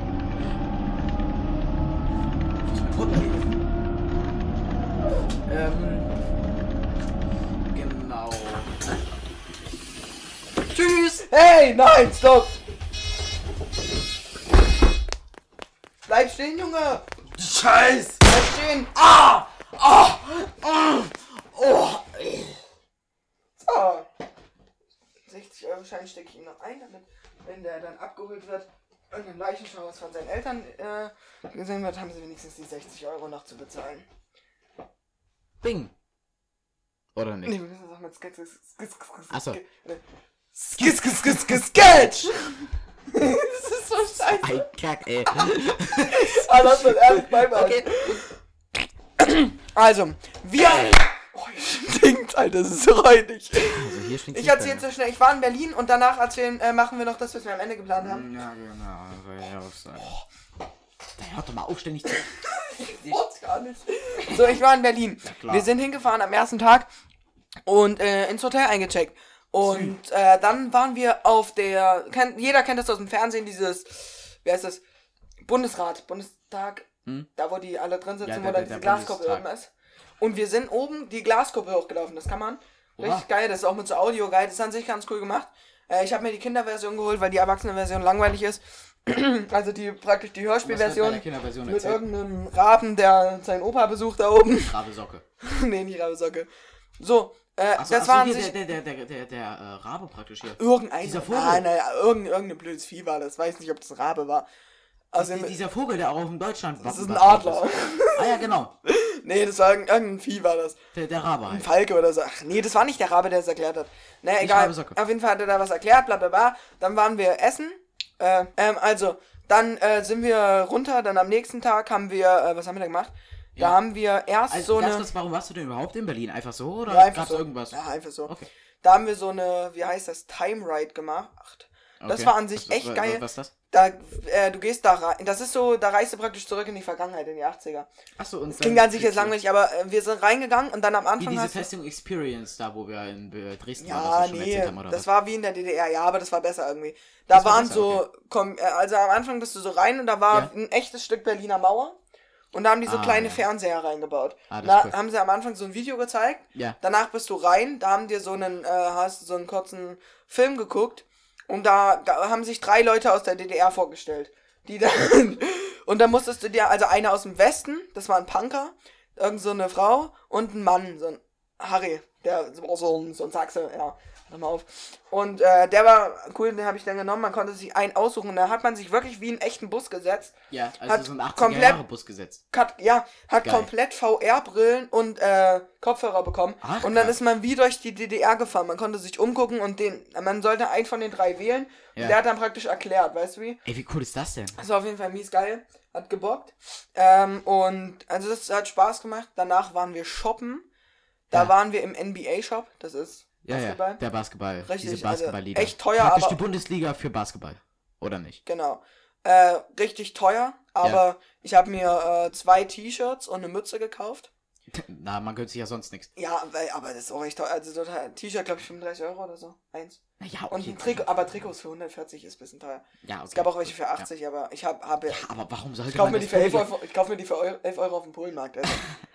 Speaker 1: Wo ist mein Portemonnaie? Genau. Tschüss!
Speaker 2: Hey, nein, stopp! Bleib stehen, Junge!
Speaker 1: Scheiß!
Speaker 2: Bleib stehen! So. 60-Euro-Schein stecke ich ihm noch ein, damit, wenn der dann abgeholt wird und im Leichenschauhaus von seinen Eltern gesehen wird, haben sie wenigstens die 60 Euro noch zu bezahlen.
Speaker 1: Bing! Oder nicht?
Speaker 2: Nee, wir müssen das auch mit
Speaker 1: Achso.
Speaker 2: Sketch! Das ist so scheiße.
Speaker 1: Ein Kack, ey.
Speaker 2: Lass mal ehrlich beibehalten.
Speaker 1: Okay.
Speaker 2: Also, wir... Oh, stinkt, Alter, das ist so räudig.
Speaker 1: Also hier stinkt
Speaker 2: Ich erzähl's so schnell. Ich war in Berlin und danach machen wir noch das, was wir am Ende geplant haben.
Speaker 1: Ja, genau. Soll ich auch sagen. Da hört doch mal auf, ständig zu...
Speaker 2: Ich wollte gar nicht. So, ich war in Berlin.
Speaker 1: klar.
Speaker 2: Wir sind hingefahren am ersten Tag und ins Hotel eingecheckt. Und dann waren wir auf der... jeder kennt das aus dem Fernsehen, dieses... Wie heißt das? Bundestag. Da, wo die alle drin sitzen,
Speaker 1: Ja,
Speaker 2: wo da diese Glaskuppel oben ist. Und wir sind oben die Glaskuppel hochgelaufen. Das kann man. Richtig geil. Das ist auch mit so Audio geil. Das ist an sich ganz cool gemacht. Ich habe mir die Kinderversion geholt, weil die Erwachsenenversion langweilig ist. Also praktisch die Hörspielversion mit irgendeinem Raben, der seinen Opa besucht da oben.
Speaker 1: Rabesocke.
Speaker 2: Nee, nicht Rabesocke. So,
Speaker 1: Das war an sich... Der Rabe praktisch hier.
Speaker 2: Dieser
Speaker 1: Vogel.
Speaker 2: Irgendein blödes Vieh war das. Weiß nicht, ob das ein Rabe war. Also
Speaker 1: Dieser Vogel, der auch in Deutschland...
Speaker 2: Das ist ein Adler.
Speaker 1: Ah ja, genau.
Speaker 2: Nee, das war irgendein Vieh war das.
Speaker 1: Der Rabe
Speaker 2: Ein
Speaker 1: halt.
Speaker 2: Falke oder so. Ach nee, das war nicht der Rabe, der es erklärt hat. Naja, egal. Auf jeden Fall hat er da was erklärt, bla bla bla. Dann waren wir essen. Also, dann sind wir runter. Dann am nächsten Tag haben wir... was haben wir da gemacht? Da haben wir erst
Speaker 1: Also,
Speaker 2: so eine...
Speaker 1: kurz, warum warst du denn überhaupt in Berlin? Einfach so? Oder
Speaker 2: Ja, einfach
Speaker 1: gab's
Speaker 2: so.
Speaker 1: irgendwas?
Speaker 2: Ja, einfach so.
Speaker 1: Okay.
Speaker 2: Da haben wir so eine, wie heißt das, Time Ride gemacht. Das
Speaker 1: Okay.
Speaker 2: war an sich echt geil.
Speaker 1: Was ist das?
Speaker 2: Da, du gehst da rein. Das ist so, da reist du praktisch zurück in die Vergangenheit, in die 80er.
Speaker 1: Achso, und
Speaker 2: Das klingt an sich jetzt langweilig, aber wir sind reingegangen und dann am
Speaker 1: Wie
Speaker 2: Anfang
Speaker 1: diese
Speaker 2: hast du...
Speaker 1: Festung Experience da, wo wir in Dresden
Speaker 2: Ja,
Speaker 1: waren, was wir schon
Speaker 2: nee,
Speaker 1: erzählt haben, oder
Speaker 2: das
Speaker 1: was?
Speaker 2: war wie in der DDR, ja, aber das war besser irgendwie. Da
Speaker 1: Das war
Speaker 2: waren
Speaker 1: besser,
Speaker 2: so, also am Anfang bist du so rein und da war
Speaker 1: Ja.
Speaker 2: ein echtes Stück Berliner Mauer. Und da haben die so kleine
Speaker 1: ja.
Speaker 2: Fernseher reingebaut.
Speaker 1: Das
Speaker 2: Da
Speaker 1: ist cool.
Speaker 2: haben sie am Anfang so ein Video gezeigt.
Speaker 1: Ja.
Speaker 2: Danach bist du rein, da haben dir hast du so einen kurzen Film geguckt. Und da haben sich 3 Leute aus der DDR vorgestellt. Die dann und dann musstest du dir, also einer aus dem Westen, das war ein Punker, irgend so eine Frau und ein Mann, so ein Harry, der war so ein Sachse, ja, warte mal auf. Und der war cool, den habe ich dann genommen, man konnte sich einen aussuchen und da hat man sich wirklich wie einen echten Bus gesetzt.
Speaker 1: Ja, also
Speaker 2: hat
Speaker 1: so ein 80er-Jahre-Bus gesetzt.
Speaker 2: Hat
Speaker 1: Geil.
Speaker 2: komplett VR-Brillen und Kopfhörer bekommen.
Speaker 1: Ach,
Speaker 2: und dann
Speaker 1: krass.
Speaker 2: ist man wie durch die DDR gefahren. Man konnte sich umgucken und man sollte einen von den 3 wählen.
Speaker 1: Ja.
Speaker 2: Und der hat dann praktisch erklärt, weißt du wie?
Speaker 1: Ey, wie cool ist das denn?
Speaker 2: Das war auf jeden Fall mies geil. Hat gebockt. Und also das hat Spaß gemacht. Danach waren wir shoppen. Da
Speaker 1: Ja.
Speaker 2: waren wir im NBA-Shop. Das ist Basketball.
Speaker 1: Ja, der Basketball.
Speaker 2: Richtig,
Speaker 1: diese Basketballliga.
Speaker 2: also echt teuer,
Speaker 1: Praktisch
Speaker 2: aber-
Speaker 1: die Bundesliga für Basketball. Oder nicht?
Speaker 2: Genau. Richtig teuer. Aber ich habe mir 2 T-Shirts und eine Mütze gekauft.
Speaker 1: Na, man gönnt sich ja sonst nichts.
Speaker 2: Ja, aber das ist auch echt teuer. Also total ein T-Shirt, glaube ich, 35 € oder so. Eins.
Speaker 1: Naja, okay.
Speaker 2: Und ein Trikot, aber Trikots für 140 ist ein bisschen teuer.
Speaker 1: Ja, okay.
Speaker 2: Es gab auch welche für 80, aber ich habe
Speaker 1: Ja, aber warum sollte
Speaker 2: ich kaufe
Speaker 1: man
Speaker 2: mir die
Speaker 1: das
Speaker 2: für 11
Speaker 1: billige-
Speaker 2: Euro, ich kaufe mir die für 11 € auf dem Polenmarkt. Also.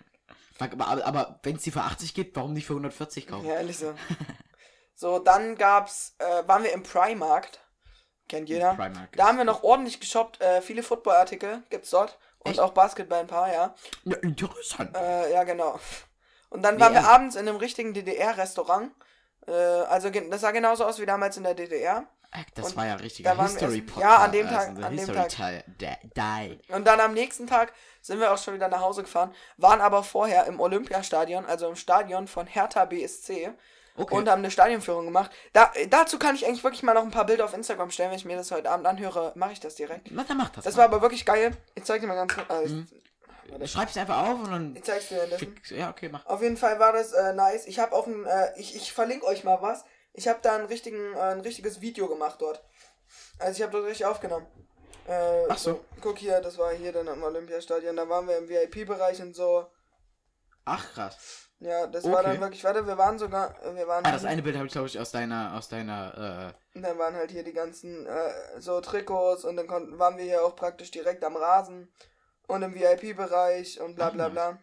Speaker 1: Aber wenn es die für 80 gibt, warum nicht für 140 kaufen?
Speaker 2: Ja, ehrlich so. So, dann waren wir im Primarkt. Kennt jeder.
Speaker 1: Primark
Speaker 2: Da
Speaker 1: ist-
Speaker 2: haben wir noch ordentlich geshoppt. Viele Footballartikel gibt's dort. Und
Speaker 1: Echt?
Speaker 2: auch Basketball ein paar, ja.
Speaker 1: Ja, interessant.
Speaker 2: Ja, genau. Und dann waren wir
Speaker 1: ehrlich?
Speaker 2: abends in einem richtigen DDR-Restaurant. Also das sah genauso aus wie damals in der DDR.
Speaker 1: Das
Speaker 2: und
Speaker 1: war ja ein richtiger
Speaker 2: da waren wir
Speaker 1: History-Podcast.
Speaker 2: essen. Ja, an dem Tag,
Speaker 1: also
Speaker 2: an dem
Speaker 1: History Die.
Speaker 2: Und dann am nächsten Tag sind wir auch schon wieder nach Hause gefahren, waren aber vorher im Olympiastadion, also im Stadion von Hertha BSC.
Speaker 1: Okay.
Speaker 2: Und haben eine Stadionführung gemacht. Dazu kann ich eigentlich wirklich mal noch ein paar Bilder auf Instagram stellen, wenn ich mir das heute Abend anhöre, mache ich das direkt.
Speaker 1: Na, dann mach das.
Speaker 2: Das
Speaker 1: mal.
Speaker 2: war aber wirklich geil. Ich zeig dir mal ganz kurz.
Speaker 1: Schreib's einfach auf und dann.
Speaker 2: Ich zeig's dir währenddessen.
Speaker 1: Ja, okay, mach.
Speaker 2: Auf jeden Fall war das nice. Ich habe auch ich verlinke euch mal was. Ich habe da ein richtiges Video gemacht dort. Also ich habe dort richtig aufgenommen.
Speaker 1: Ach so.
Speaker 2: Guck hier, das war hier dann am Olympiastadion. Da waren wir im VIP-Bereich und so.
Speaker 1: Ach, krass.
Speaker 2: Ja, das war dann
Speaker 1: Okay.
Speaker 2: wirklich, warte, wir waren
Speaker 1: Das eine Bild habe ich, glaube ich, aus deiner,
Speaker 2: Und dann waren halt hier die ganzen so Trikots und dann waren wir hier auch praktisch direkt am Rasen und im VIP-Bereich und bla bla bla.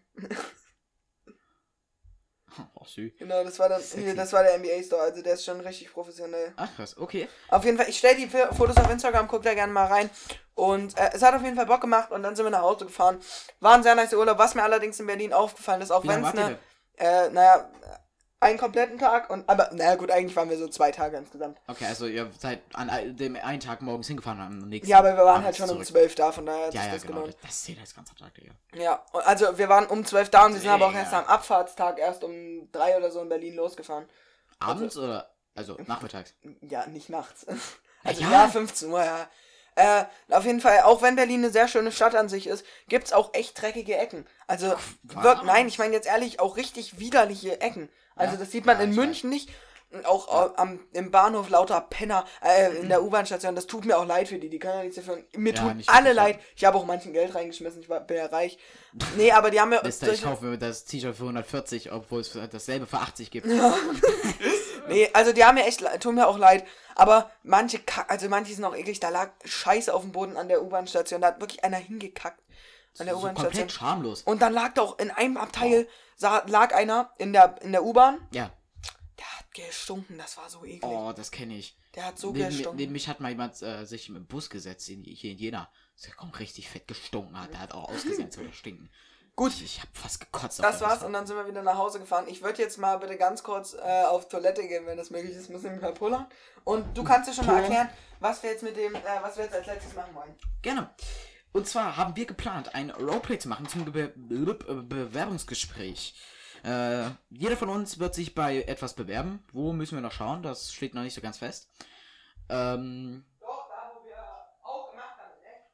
Speaker 1: Oh, süß.
Speaker 2: Genau, das war dann
Speaker 1: Sexy.
Speaker 2: hier, das war der NBA-Store, also der ist schon richtig professionell.
Speaker 1: Ach, krass, okay.
Speaker 2: Auf jeden Fall, ich stelle die Fotos auf Instagram, guckt da gerne mal rein. Und es hat auf jeden Fall Bock gemacht und dann sind wir nach Hause gefahren. War ein sehr nice Urlaub, was mir allerdings in Berlin aufgefallen ist, auch
Speaker 1: Wie
Speaker 2: wenn
Speaker 1: lange
Speaker 2: es
Speaker 1: wart ihr
Speaker 2: naja, einen kompletten Tag aber naja gut, eigentlich waren wir so 2 Tage insgesamt.
Speaker 1: Okay, also ihr seid an dem einen Tag morgens hingefahren und am nächsten
Speaker 2: Ja, aber wir waren
Speaker 1: abends
Speaker 2: halt schon um
Speaker 1: zurück.
Speaker 2: 12 da, von daher hat
Speaker 1: Ja,
Speaker 2: sich
Speaker 1: ja,
Speaker 2: das
Speaker 1: genau.
Speaker 2: gelohnt.
Speaker 1: Das zählt als ganzer Tag, Digga.
Speaker 2: Ja, also wir waren um 12 da und wir sind aber auch
Speaker 1: Digga.
Speaker 2: erst am Abfahrtstag erst um 3 oder so in Berlin losgefahren.
Speaker 1: Abends oder? Also nachmittags.
Speaker 2: Ja, nicht nachts. Also
Speaker 1: Ja.
Speaker 2: ja, 15 Uhr, ja. Auf jeden Fall, auch wenn Berlin eine sehr schöne Stadt an sich ist, gibt's auch echt dreckige Ecken. Also,
Speaker 1: was?
Speaker 2: nein, ich meine jetzt ehrlich, auch richtig widerliche Ecken. Also
Speaker 1: Ja?
Speaker 2: das sieht man
Speaker 1: Ja,
Speaker 2: in
Speaker 1: ich
Speaker 2: München nicht. Und auch im Bahnhof lauter Penner, in der U-Bahn-Station, das tut mir auch leid für die können ja nichts dafür. Mir
Speaker 1: Ja,
Speaker 2: tun
Speaker 1: nicht
Speaker 2: alle
Speaker 1: wirklich, ja.
Speaker 2: leid. Ich habe auch manchen Geld reingeschmissen, bin ja reich. Nee, aber die haben mir...
Speaker 1: Mister, ich kaufe mir das T-Shirt für 140, obwohl es dasselbe für 80 gibt.
Speaker 2: Nee, also die haben mir echt, tun mir auch leid, aber manche sind auch eklig, da lag Scheiße auf dem Boden an der U-Bahn-Station, da hat wirklich einer hingekackt an der
Speaker 1: So
Speaker 2: U-Bahn-Station.
Speaker 1: komplett schamlos.
Speaker 2: Und dann lag da auch in einem Abteil, lag einer in der U-Bahn,
Speaker 1: Ja.
Speaker 2: der hat gestunken, das war so eklig.
Speaker 1: Oh, das kenne ich.
Speaker 2: Der hat so
Speaker 1: Neben
Speaker 2: gestunken.
Speaker 1: mich hat mal jemand sich im Bus gesetzt, hier in Jena. Der kommt richtig fett gestunken hat. Der hat auch ausgesehen, als würde er stinken.
Speaker 2: Gut.
Speaker 1: Ich hab fast gekotzt.
Speaker 2: Das
Speaker 1: der
Speaker 2: war's
Speaker 1: Busfahrt.
Speaker 2: und dann sind wir wieder nach Hause gefahren. Ich würde jetzt mal bitte ganz kurz auf Toilette gehen, wenn das möglich ist. Muss nämlich mal pullern. Und du kannst dir schon mal erklären, was wir jetzt was wir jetzt als letztes machen wollen.
Speaker 1: Gerne. Und zwar haben wir geplant, ein Roleplay zu machen zum Bewerbungsgespräch. Jeder von uns wird sich bei etwas bewerben. Wo müssen wir noch schauen? Das steht noch nicht so ganz fest.
Speaker 2: Doch, da wo wir auch gemacht haben, ne?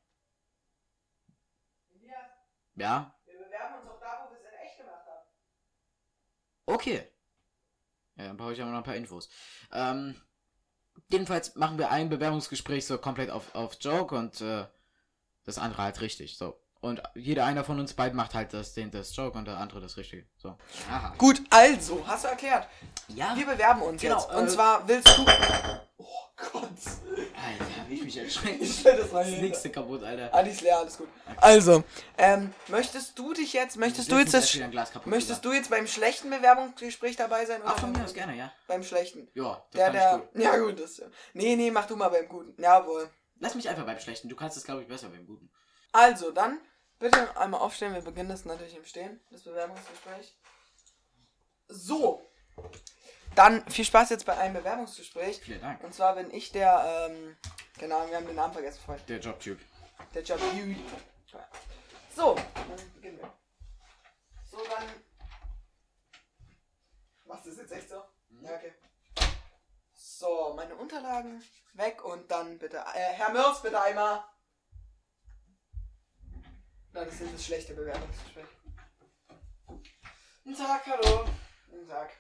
Speaker 1: Ja.
Speaker 2: Wir bewerben uns auch da, wo wir es in echt gemacht haben.
Speaker 1: Okay. Ja, dann brauche ich aber noch ein paar Infos. Jedenfalls machen wir ein Bewerbungsgespräch so komplett auf Joke und das andere halt richtig. So. Und jeder einer von uns beiden macht halt das Joke und der andere das Richtige. So. Aha.
Speaker 2: Gut, also, hast du erklärt.
Speaker 1: Ja.
Speaker 2: Wir bewerben uns
Speaker 1: Genau,
Speaker 2: jetzt. Und zwar willst du... Oh Gott.
Speaker 1: Alter, hab ich mich erschreckt.
Speaker 2: Ich stell das mal
Speaker 1: Das
Speaker 2: hin.
Speaker 1: nächste kaputt, Alter.
Speaker 2: Ah, die ist leer, alles gut.
Speaker 1: Okay.
Speaker 2: Also, möchtest du jetzt beim schlechten Bewerbungsgespräch dabei sein?
Speaker 1: Ach, von mir aus gerne, ja.
Speaker 2: Beim schlechten.
Speaker 1: Ja, das kann ich gut.
Speaker 2: Ja gut, das ja. Nee, mach du mal beim guten. Jawohl.
Speaker 1: Lass mich einfach beim Schlechten. Du kannst es, glaube ich, besser beim Guten.
Speaker 2: Also, dann bitte einmal aufstehen. Wir beginnen das natürlich im Stehen, das Bewerbungsgespräch. So. Dann viel Spaß jetzt bei einem Bewerbungsgespräch.
Speaker 1: Vielen Dank.
Speaker 2: Und zwar bin ich der, genau, wir haben den Namen vergessen vorhin.
Speaker 1: Der Jobtyp.
Speaker 2: Der Job Beauty. So, dann beginnen wir. So, dann. Machst du das jetzt echt so? Ja, okay. So, meine Unterlagen weg und dann bitte. Herr Mörs, bitte einmal. Na, das ist das schlechte Bewerbungsgespräch. Guten Tag, hallo. Guten Tag.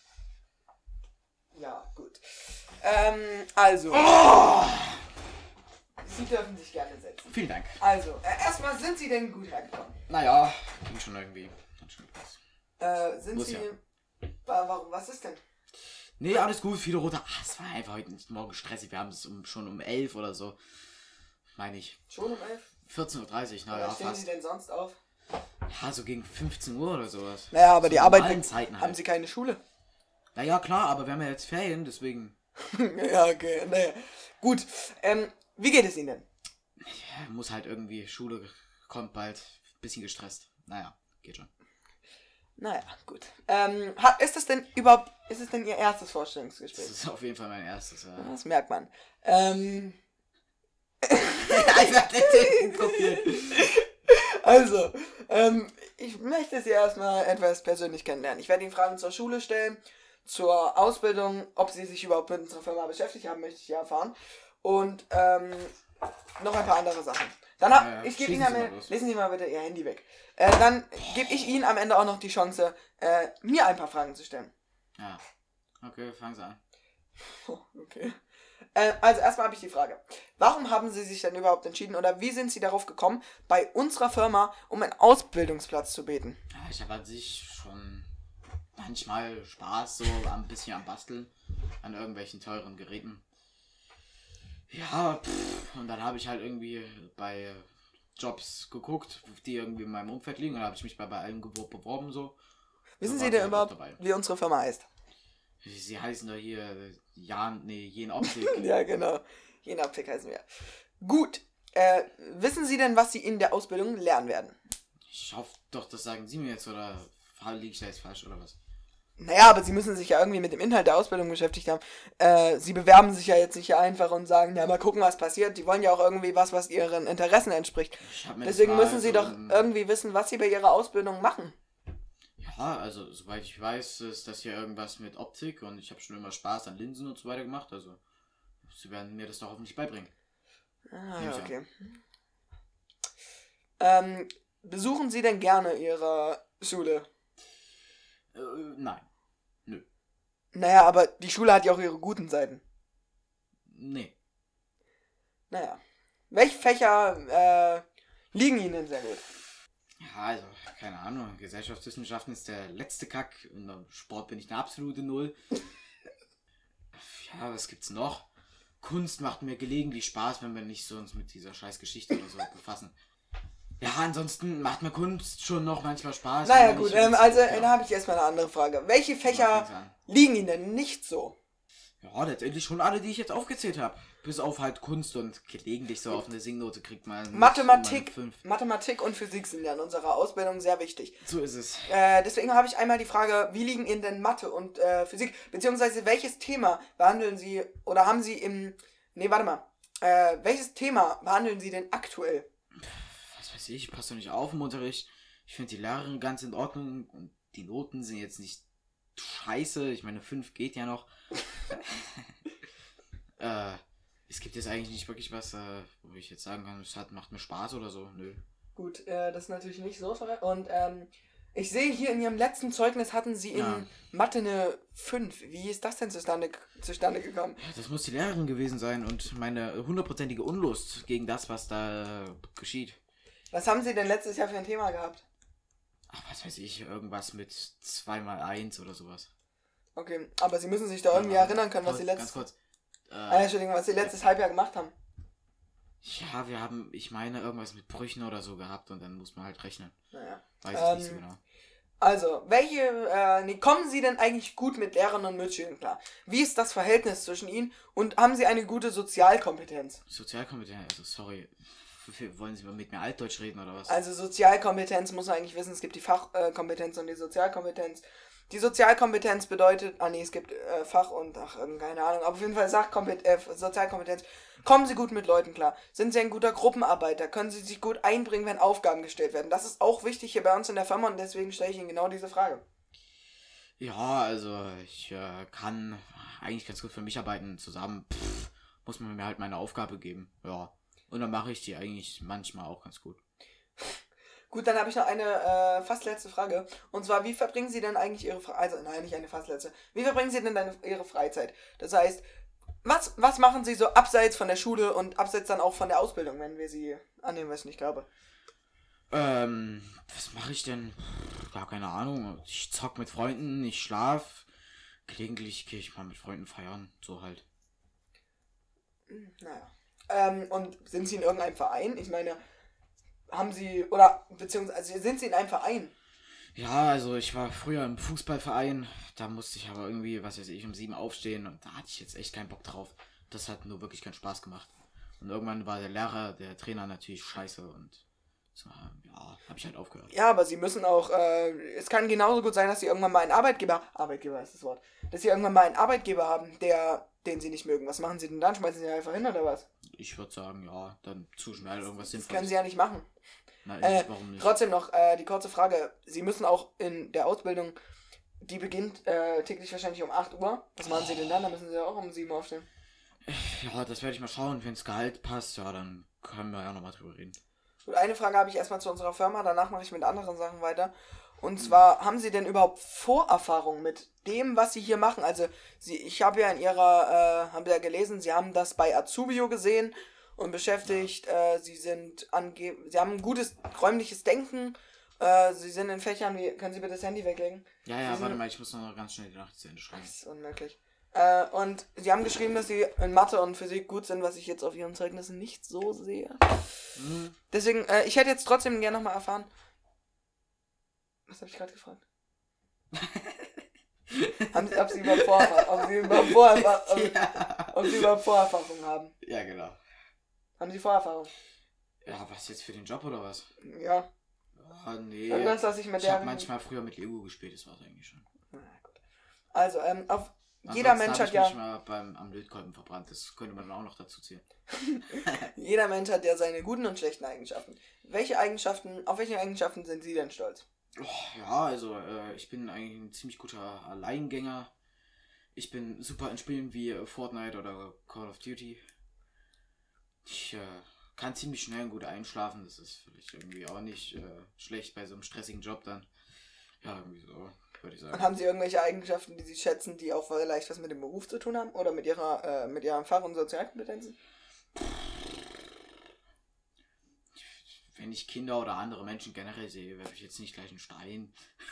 Speaker 2: Ja, gut. Also.
Speaker 1: Oh!
Speaker 2: Sie dürfen sich gerne setzen.
Speaker 1: Vielen Dank.
Speaker 2: Also, erstmal, sind Sie denn gut hergekommen?
Speaker 1: Naja, ging schon irgendwie. Hat schon gepasst.
Speaker 2: Sind
Speaker 1: Muss
Speaker 2: Sie.
Speaker 1: ja.
Speaker 2: Warum? Was ist denn?
Speaker 1: Nee, alles gut, viele rote. Es war einfach heute morgen stressig. Wir haben es schon um 11 oder so. Meine ich.
Speaker 2: Schon um 11?
Speaker 1: 14:30 Uhr, naja,
Speaker 2: Wann stehen
Speaker 1: fast.
Speaker 2: Sie denn sonst auf?
Speaker 1: Ja, so gegen 15 Uhr oder sowas.
Speaker 2: Naja, aber die Arbeit.
Speaker 1: normalen Zeiten
Speaker 2: Haben
Speaker 1: halt.
Speaker 2: Sie keine Schule?
Speaker 1: Naja, klar, aber wir haben ja jetzt Ferien, deswegen.
Speaker 2: Ja, okay. Naja. Gut. Wie geht es Ihnen denn?
Speaker 1: Ja, muss halt irgendwie, Schule kommt bald. Bisschen gestresst. Naja, geht schon.
Speaker 2: Naja, gut. Ist es denn Ihr erstes
Speaker 1: Das
Speaker 2: Vorstellungsgespräch?
Speaker 1: ist auf jeden Fall mein erstes. Ja.
Speaker 2: Das merkt man. Also, ich möchte Sie erstmal etwas persönlich kennenlernen. Ich werde Ihnen Fragen zur Schule stellen, zur Ausbildung, ob Sie sich überhaupt mit unserer Firma beschäftigt haben, möchte ich ja erfahren. Und noch ein paar andere Sachen. Dann ich gebe Ihnen lesen Sie mal bitte Ihr Handy weg. Dann gebe ich Ihnen am Ende auch noch die Chance, mir ein paar Fragen zu stellen.
Speaker 1: Ja. Okay, fangen Sie an.
Speaker 2: Oh, okay. Also erstmal habe ich die Frage. Warum haben Sie sich denn überhaupt entschieden oder wie sind Sie darauf gekommen, bei unserer Firma um einen Ausbildungsplatz zu beten?
Speaker 1: Ja, ich habe an sich schon manchmal Spaß, so ein bisschen am Basteln an irgendwelchen teuren Geräten. Ja, und dann habe ich halt irgendwie bei Jobs geguckt, die irgendwie in meinem Umfeld liegen, und dann habe ich mich bei allen beworben, so.
Speaker 2: Wissen
Speaker 1: So
Speaker 2: Sie
Speaker 1: war
Speaker 2: denn
Speaker 1: ich
Speaker 2: überhaupt,
Speaker 1: dabei.
Speaker 2: wie unsere Firma heißt?
Speaker 1: Sie heißen doch hier Jen Optik.
Speaker 2: Ja, genau. Jene Optik heißen wir. Gut. Wissen Sie denn, was Sie in der Ausbildung lernen werden?
Speaker 1: Ich hoffe doch, das sagen Sie mir jetzt, oder liege ich da jetzt falsch, oder was?
Speaker 2: Naja, aber Sie müssen sich ja irgendwie mit dem Inhalt der Ausbildung beschäftigt haben. Sie bewerben sich ja jetzt nicht einfach und sagen, ja, mal gucken, was passiert. Die wollen ja auch irgendwie was Ihren Interessen entspricht. Deswegen müssen Sie doch irgendwie wissen, was Sie bei Ihrer Ausbildung machen.
Speaker 1: Ja, also soweit ich weiß, ist das hier irgendwas mit Optik, und ich habe schon immer Spaß an Linsen und so weiter gemacht, also Sie werden mir das doch hoffentlich beibringen.
Speaker 2: Ah,
Speaker 1: Nehme
Speaker 2: ja,
Speaker 1: ich
Speaker 2: okay. Besuchen Sie denn gerne Ihre Schule?
Speaker 1: Nein. Nö.
Speaker 2: Naja, aber die Schule hat ja auch ihre guten Seiten.
Speaker 1: Nee.
Speaker 2: Naja. Welche Fächer liegen Ihnen denn sehr gut?
Speaker 1: Ja, also, keine Ahnung. Gesellschaftswissenschaften ist der letzte Kack. In Sport bin ich eine absolute Null. Ja, was gibt's noch? Kunst macht mir gelegentlich Spaß, wenn wir nicht so uns mit dieser scheiß Geschichte oder so befassen. Ja, ansonsten macht mir Kunst schon noch manchmal Spaß.
Speaker 2: Naja, gut, dann habe ich erstmal eine andere Frage. Welche Fächer
Speaker 1: an.
Speaker 2: liegen Ihnen denn nicht so?
Speaker 1: Ja, letztendlich schon alle, die ich jetzt aufgezählt habe. Bis auf halt Kunst, und gelegentlich so auf eine Singnote kriegt man
Speaker 2: Mathematik und Physik sind ja in unserer Ausbildung sehr wichtig.
Speaker 1: So ist es.
Speaker 2: Deswegen habe ich einmal die Frage, wie liegen Ihnen denn Mathe und Physik? Beziehungsweise welches Thema behandeln Sie, oder haben Sie welches Thema behandeln Sie denn aktuell?
Speaker 1: Was weiß ich passe doch nicht auf im Unterricht. Ich finde die Lehrerin ganz in Ordnung, und die Noten sind jetzt nicht scheiße. Ich meine, 5 geht ja noch. Es gibt jetzt eigentlich nicht wirklich was, wo ich jetzt sagen kann, es macht mir Spaß oder so. Nö.
Speaker 2: Gut, das ist natürlich nicht so toll. Und ich sehe hier in Ihrem letzten Zeugnis hatten Sie in Mathe eine 5. Wie ist das denn zustande gekommen?
Speaker 1: Ja, das muss die Lehrerin gewesen sein und meine 100%ige Unlust gegen das, was da geschieht.
Speaker 2: Was haben Sie denn letztes Jahr für ein Thema gehabt?
Speaker 1: Ach, was weiß ich, irgendwas mit 2x1 oder sowas.
Speaker 2: Okay, aber Sie müssen sich da irgendwie erinnern können, was Sie
Speaker 1: Ganz
Speaker 2: letztes...
Speaker 1: kurz.
Speaker 2: Entschuldigung, was sie letztes Halbjahr gemacht haben.
Speaker 1: Ja, wir haben, ich meine, irgendwas mit Brüchen oder so gehabt und dann muss man halt rechnen.
Speaker 2: Naja.
Speaker 1: Weiß ich nicht so genau.
Speaker 2: Also, kommen Sie denn eigentlich gut mit Lehrern und Mitschülern klar? Wie ist das Verhältnis zwischen Ihnen und haben Sie eine gute Sozialkompetenz?
Speaker 1: Sozialkompetenz, also sorry, wollen Sie mit mir Altdeutsch reden oder was?
Speaker 2: Also Sozialkompetenz muss man eigentlich wissen, es gibt die Fachkompetenz und die Sozialkompetenz. Die Sozialkompetenz bedeutet, es gibt Fach und, keine Ahnung, aber auf jeden Fall Sozialkompetenz. Kommen Sie gut mit Leuten klar? Sind Sie ein guter Gruppenarbeiter? Können Sie sich gut einbringen, wenn Aufgaben gestellt werden? Das ist auch wichtig hier bei uns in der Firma und deswegen stelle ich Ihnen genau diese Frage.
Speaker 1: Ja, also ich kann eigentlich ganz gut für mich arbeiten. Zusammen muss man mir halt meine Aufgabe geben. Ja, und dann mache ich die eigentlich manchmal auch ganz gut.
Speaker 2: Gut, dann habe ich noch eine fast letzte Frage. Und zwar, wie verbringen Sie denn eigentlich Ihre Freizeit? Also, nein, nicht eine fast letzte. Wie verbringen Sie denn Ihre Freizeit? Das heißt, was machen Sie so abseits von der Schule und abseits dann auch von der Ausbildung, wenn wir Sie annehmen, was ich nicht glaube?
Speaker 1: Was mache ich denn? Gar keine Ahnung. Ich zock mit Freunden, ich schlaf. Gelegentlich gehe ich mal mit Freunden feiern. So halt.
Speaker 2: Naja. Und sind Sie in irgendeinem Verein? Ich meine... beziehungsweise sind Sie in einem Verein?
Speaker 1: Ja, also ich war früher im Fußballverein, da musste ich aber irgendwie, was weiß ich, um 7 aufstehen und da hatte ich jetzt echt keinen Bock drauf. Das hat nur wirklich keinen Spaß gemacht. Und irgendwann war der Trainer natürlich scheiße und so, ja, habe ich halt aufgehört.
Speaker 2: Ja, aber Sie müssen auch, es kann genauso gut sein, dass Sie irgendwann mal einen Arbeitgeber ist das Wort, dass Sie irgendwann mal einen Arbeitgeber haben, den Sie nicht mögen. Was machen Sie denn dann? Schmeißen Sie einfach hin oder was?
Speaker 1: Ich würde sagen, ja, dann zu schnell irgendwas Sinnvolles.
Speaker 2: Das können Sie ja nicht machen.
Speaker 1: Nein, warum nicht?
Speaker 2: Trotzdem noch die kurze Frage. Sie müssen auch in der Ausbildung, die beginnt täglich wahrscheinlich um 8 Uhr. Was machen Sie denn dann? Da müssen Sie auch um 7 Uhr aufstehen.
Speaker 1: Ja, das werde ich mal schauen. Wenn das Gehalt passt, ja, dann können wir ja nochmal drüber reden.
Speaker 2: Gut, eine Frage habe ich erstmal zu unserer Firma. Danach mache ich mit anderen Sachen weiter. Und zwar, haben Sie denn überhaupt Vorerfahrung mit dem, was Sie hier machen? Also, ich habe ja in Ihrer, haben wir ja gelesen, Sie haben das bei Azubio gesehen und beschäftigt. Sie haben ein gutes räumliches Denken. Sie sind in Fächern wie, können Sie bitte das Handy weglegen?
Speaker 1: Ja, warte mal, ich muss noch ganz schnell die Nacht zu Ende schreiben.
Speaker 2: Das ist unmöglich. Und Sie haben geschrieben, dass Sie in Mathe und Physik gut sind, was ich jetzt auf Ihren Zeugnissen nicht so sehe. Deswegen, ich hätte jetzt trotzdem gerne nochmal erfahren. Was habe ich gerade gefragt? Ob Sie überhaupt Vorerfahrung haben.
Speaker 1: Ja, genau.
Speaker 2: Haben Sie Vorerfahrung?
Speaker 1: Ja, was jetzt für den Job oder was?
Speaker 2: Ja.
Speaker 1: Oh, nee.
Speaker 2: Irgendwas, was ich
Speaker 1: habe manchmal früher mit Lego gespielt, das war es eigentlich schon.
Speaker 2: Na gut. Also, jeder Mensch hat ja...
Speaker 1: Ich mal am Lötkolben verbrannt, das könnte man auch noch dazu zählen.
Speaker 2: Jeder Mensch hat ja seine guten und schlechten Eigenschaften. Auf welche Eigenschaften sind Sie denn stolz?
Speaker 1: Oh, ja, also ich bin eigentlich ein ziemlich guter Alleingänger. Ich bin super in Spielen wie Fortnite oder Call of Duty. Ich kann ziemlich schnell und gut einschlafen. Das ist vielleicht irgendwie auch nicht schlecht bei so einem stressigen Job dann. Ja, irgendwie so, würde ich sagen.
Speaker 2: Und haben Sie irgendwelche Eigenschaften, die Sie schätzen, die auch vielleicht was mit dem Beruf zu tun haben? Oder mit Ihren Fach- und Sozialkompetenzen?
Speaker 1: Wenn ich Kinder oder andere Menschen generell sehe, werfe ich jetzt nicht gleich einen Stein.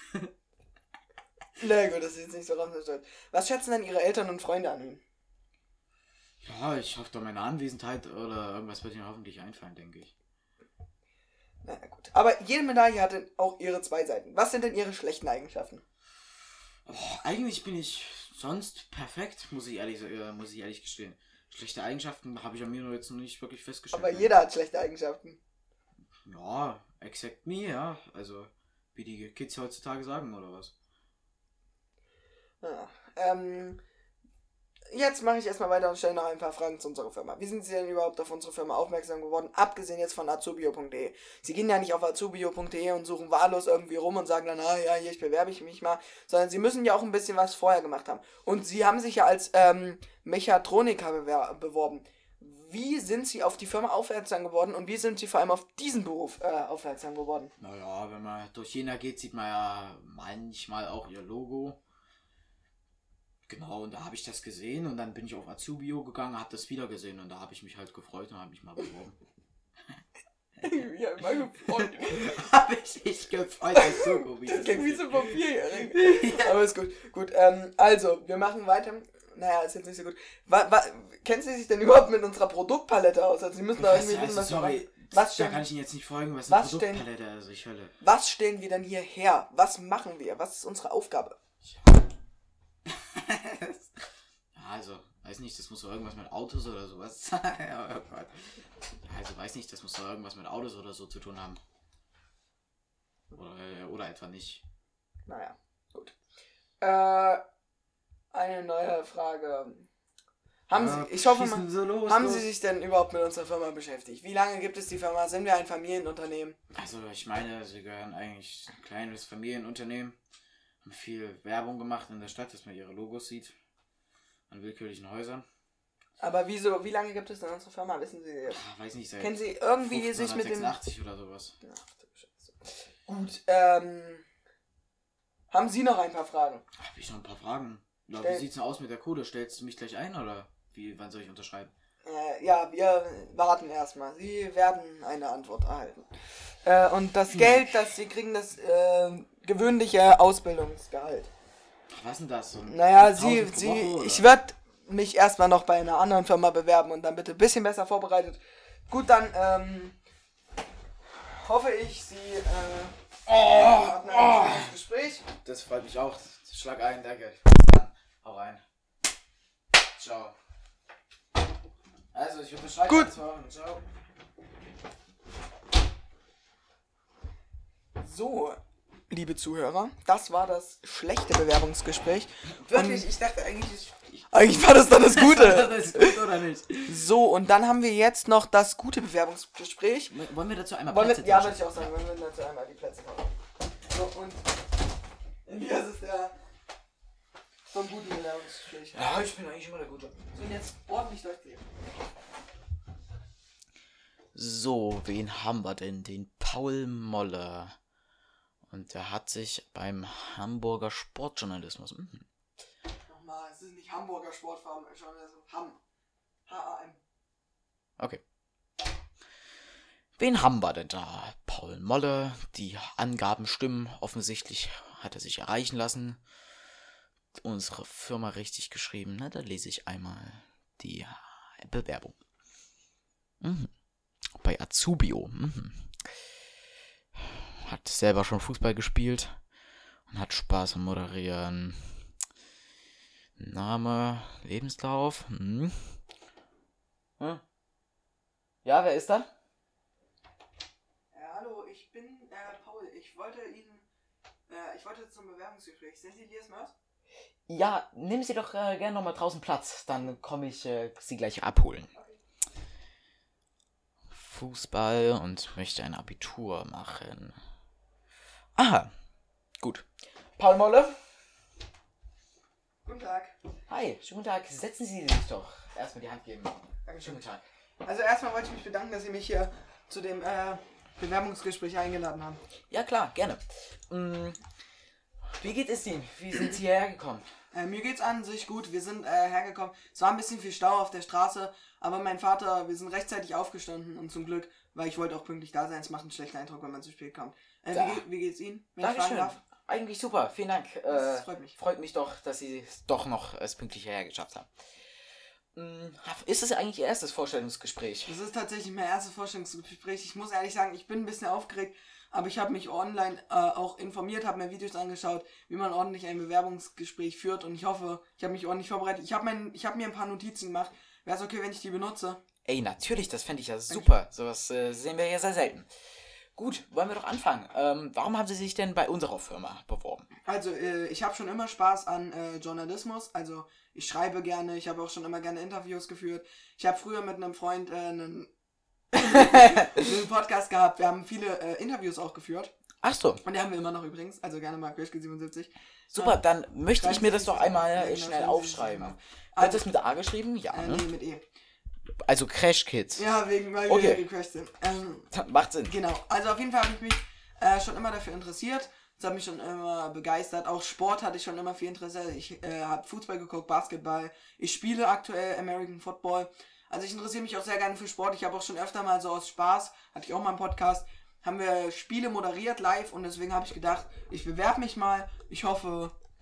Speaker 2: Na gut, das ist jetzt nicht so rausgestellt. Was schätzen denn Ihre Eltern und Freunde an Ihnen?
Speaker 1: Ja, ich hoffe, meine Anwesenheit oder irgendwas wird ihnen hoffentlich einfallen, denke ich.
Speaker 2: Na gut. Aber jede Medaille hat auch ihre zwei Seiten. Was sind denn Ihre schlechten Eigenschaften?
Speaker 1: Oh, eigentlich bin ich sonst perfekt, muss ich ehrlich gestehen. Schlechte Eigenschaften habe ich an mir nur jetzt noch nicht wirklich festgestellt.
Speaker 2: Aber jeder hat schlechte Eigenschaften.
Speaker 1: Ja, except me, ja. Also, wie die Kids heutzutage sagen, oder was?
Speaker 2: Ja, jetzt mache ich erstmal weiter und stelle noch ein paar Fragen zu unserer Firma. Wie sind Sie denn überhaupt auf unsere Firma aufmerksam geworden, abgesehen jetzt von azubio.de? Sie gehen ja nicht auf azubio.de und suchen wahllos irgendwie rum und sagen dann, ja, hier, ich bewerbe mich mal, sondern Sie müssen ja auch ein bisschen was vorher gemacht haben. Und Sie haben sich ja als Mechatroniker beworben. Wie sind Sie auf die Firma aufmerksam geworden und wie sind Sie vor allem auf diesen Beruf aufmerksam geworden?
Speaker 1: Naja, wenn man durch Jena geht, sieht man ja manchmal auch ihr Logo. Genau, und da habe ich das gesehen und dann bin ich auf Azubio gegangen, habe das wieder gesehen und da habe ich mich halt gefreut und habe mich mal beworben.
Speaker 2: Ja, immer gefreut.
Speaker 1: Habe ich mich gefreut, das Logo wieder.
Speaker 2: Das klingt wie so ein Papierjährig. Aber ist gut. Gut, also, wir machen weiter. naja, ist jetzt nicht so gut. Kennen Sie sich denn überhaupt mit unserer Produktpalette aus? Also Sie müssen da irgendwie wissen, was
Speaker 1: sorry,
Speaker 2: da
Speaker 1: kann ich Ihnen jetzt nicht folgen, was eine Produktpalette, also ich hölle.
Speaker 2: Was stellen wir denn hierher? Was machen wir? Was ist unsere Aufgabe?
Speaker 1: Also, weiß nicht, das muss doch irgendwas mit Autos oder sowas sein. Oh Gott. Also, weiß nicht, das muss doch irgendwas mit Autos oder so zu tun haben. Oder etwa nicht.
Speaker 2: Naja, gut. Eine neue Frage. Haben Sie sich denn überhaupt mit unserer Firma beschäftigt? Wie lange gibt es die Firma? Sind wir ein Familienunternehmen?
Speaker 1: Also, ich meine, Sie gehören eigentlich ein kleines Familienunternehmen. Haben viel Werbung gemacht in der Stadt, dass man ihre Logos sieht. An willkürlichen Häusern.
Speaker 2: Aber wieso? Wie lange gibt es denn unsere Firma? Wissen Sie?
Speaker 1: Weiß nicht, seit
Speaker 2: kennen Sie irgendwie sich mit dem...
Speaker 1: 86 oder sowas.
Speaker 2: Ach du Scheiße. Gut, haben Sie noch ein paar Fragen?
Speaker 1: Habe ich noch ein paar Fragen? Ja, wie sieht's denn aus mit der Kohle? Stellst du mich gleich ein oder wann soll ich unterschreiben?
Speaker 2: Ja, wir warten erstmal. Sie werden eine Antwort erhalten. Und das Geld, das Sie kriegen, das gewöhnliche Ausbildungsgehalt.
Speaker 1: Ach, was ist denn das?
Speaker 2: Naja, ich werde mich erstmal noch bei einer anderen Firma bewerben und dann bitte ein bisschen besser vorbereitet. Gut, dann hoffe ich, Sie hatten ein schönes Gespräch.
Speaker 1: Das freut mich auch. Schlag ein, danke. Bis dann. Hau rein. Ciao. Also, ich unterschreibe.
Speaker 2: Gut.
Speaker 1: Ciao.
Speaker 2: So, liebe Zuhörer, das war das schlechte Bewerbungsgespräch.
Speaker 1: Wirklich? Ich dachte eigentlich...
Speaker 2: Eigentlich war das dann das Gute.
Speaker 1: Das ist gut, oder nicht?
Speaker 2: So, und dann haben wir jetzt noch das gute Bewerbungsgespräch.
Speaker 1: Wollen wir dazu einmal
Speaker 2: Plätze tauschen? Ja, würde ich auch sagen. Wollen wir dazu einmal die Plätze tauschen. So, und hier ist es der vom guten Bewerbungsgespräch.
Speaker 1: Ja, ich bin eigentlich immer der Gute.
Speaker 2: So, und jetzt ordentlich durchgehen.
Speaker 1: So, wen haben wir denn? Den Paul Molle. Und der hat sich beim Hamburger Sportjournalismus...
Speaker 2: Nochmal, es ist nicht Hamburger Sportjournalismus, H-A-M.
Speaker 1: Okay. Wen haben wir denn da? Paul Molle. Die Angaben stimmen. Offensichtlich hat er sich erreichen lassen. Unsere Firma richtig geschrieben. Na, da lese ich einmal die Bewerbung. Bei Azubio. Hat selber schon Fußball gespielt und hat Spaß am Moderieren. Name, Lebenslauf. Ja, wer ist da?
Speaker 2: Hallo, ich bin Paul. Ich wollte zum Bewerbungsgespräch. Sind Sie Elias Mörs?
Speaker 1: Ja, nehmen Sie doch gerne nochmal draußen Platz. Dann komme ich Sie gleich abholen. Okay. Fußball und möchte ein Abitur machen. Aha, gut. Paul Molle?
Speaker 2: Guten Tag.
Speaker 1: Hi, schönen guten Tag. Setzen Sie sich doch. Erstmal die Hand geben.
Speaker 2: Dankeschön.
Speaker 1: Schönen guten Tag.
Speaker 2: Also erstmal wollte ich mich bedanken, dass Sie mich hier zu dem Bewerbungsgespräch eingeladen haben.
Speaker 1: Ja klar, gerne. Wie geht es Ihnen? Wie sind Sie hierher gekommen?
Speaker 2: Mir geht's an sich gut. Wir sind hergekommen. Es war ein bisschen viel Stau auf der Straße, aber mein Vater, wir sind rechtzeitig aufgestanden und zum Glück, weil ich wollte auch pünktlich da sein. Es macht einen schlechten Eindruck, wenn man zu spät kommt. Wie geht's Ihnen?
Speaker 1: Dankeschön. Eigentlich super, vielen Dank.
Speaker 2: Das freut mich.
Speaker 1: Freut mich doch, dass Sie es doch noch pünktlich hierher geschafft haben. Ist es eigentlich Ihr erstes Vorstellungsgespräch?
Speaker 2: Das ist tatsächlich mein erstes Vorstellungsgespräch. Ich muss ehrlich sagen, ich bin ein bisschen aufgeregt, aber ich habe mich online auch informiert, habe mir Videos angeschaut, wie man ordentlich ein Bewerbungsgespräch führt und ich hoffe, ich habe mich ordentlich vorbereitet. Ich habe mir ein paar Notizen gemacht. Wäre es okay, wenn ich die benutze?
Speaker 1: Ey, natürlich, das fände ich ja super. Sowas sehen wir ja sehr selten. Gut, wollen wir doch anfangen. Warum haben Sie sich denn bei unserer Firma beworben?
Speaker 2: Also, ich habe schon immer Spaß an Journalismus. Also, ich schreibe gerne. Ich habe auch schon immer gerne Interviews geführt. Ich habe früher mit einem Freund einen Podcast gehabt. Wir haben viele Interviews auch geführt.
Speaker 1: Ach so.
Speaker 2: Und die haben wir immer noch übrigens. Also, gerne mal Queschke77.
Speaker 1: Super, dann möchte ich mir das doch einmal schnell aufschreiben. Wird das mit A geschrieben? Ja, ne?
Speaker 2: Nee, mit E.
Speaker 1: Also Crash Kids.
Speaker 2: Ja, weil wir gecrashed sind.
Speaker 1: Macht Sinn.
Speaker 2: Genau. Also auf jeden Fall habe ich mich schon immer dafür interessiert. Das hat mich schon immer begeistert. Auch Sport hatte ich schon immer viel Interesse. Ich habe Fußball geguckt, Basketball. Ich spiele aktuell American Football. Also ich interessiere mich auch sehr gerne für Sport. Ich habe auch schon öfter mal so aus Spaß, hatte ich auch mal einen Podcast, haben wir Spiele moderiert live und deswegen habe ich gedacht, ich bewerbe mich mal. Ich hoffe,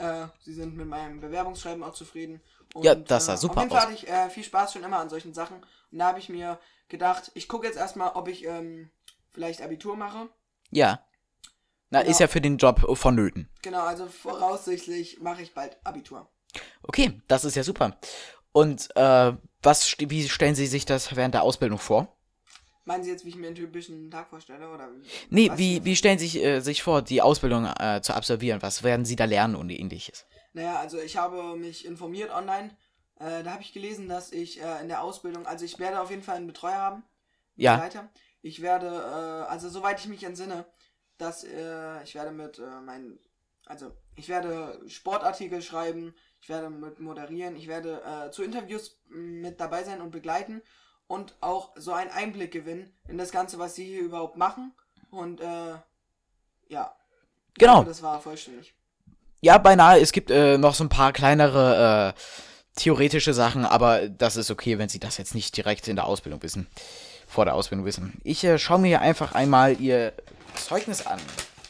Speaker 2: Sie sind mit meinem Bewerbungsschreiben auch zufrieden. Und,
Speaker 1: Ja, das sah super
Speaker 2: auf jeden Fall
Speaker 1: aus.
Speaker 2: hatte ich viel Spaß schon immer an solchen Sachen. Und da habe ich mir gedacht, ich gucke jetzt erstmal, ob ich vielleicht Abitur mache.
Speaker 1: Ja. Na,
Speaker 2: Genau.
Speaker 1: ist ja für den Job vonnöten.
Speaker 2: Genau, also voraussichtlich mache ich bald Abitur.
Speaker 1: Okay, das ist ja super. Und wie stellen Sie sich das während der Ausbildung vor?
Speaker 2: Meinen Sie jetzt, wie ich mir einen typischen Tag vorstelle? Oder
Speaker 1: Nee,
Speaker 2: was?
Speaker 1: wie stellen Sie sich vor, die Ausbildung zu absolvieren? Was werden Sie da lernen und ähnliches?
Speaker 2: Naja, also ich habe mich informiert online. Da habe ich gelesen, dass ich in der Ausbildung, also ich werde auf jeden Fall einen Betreuer haben. Einen
Speaker 1: Ja.
Speaker 2: Begleiter. Ich werde, also soweit ich mich entsinne, dass ich werde ich werde Sportartikel schreiben, ich werde mit moderieren, ich werde zu Interviews mit dabei sein und begleiten und auch so einen Einblick gewinnen in das Ganze, was sie hier überhaupt machen. Und ja, ich
Speaker 1: Genau.
Speaker 2: hoffe, das war vollständig.
Speaker 1: Ja, beinahe. Es gibt noch so ein paar kleinere theoretische Sachen, aber das ist okay, wenn Sie das jetzt nicht direkt in der Ausbildung wissen. Vor der Ausbildung wissen. Ich schaue mir hier einfach einmal Ihr Zeugnis an.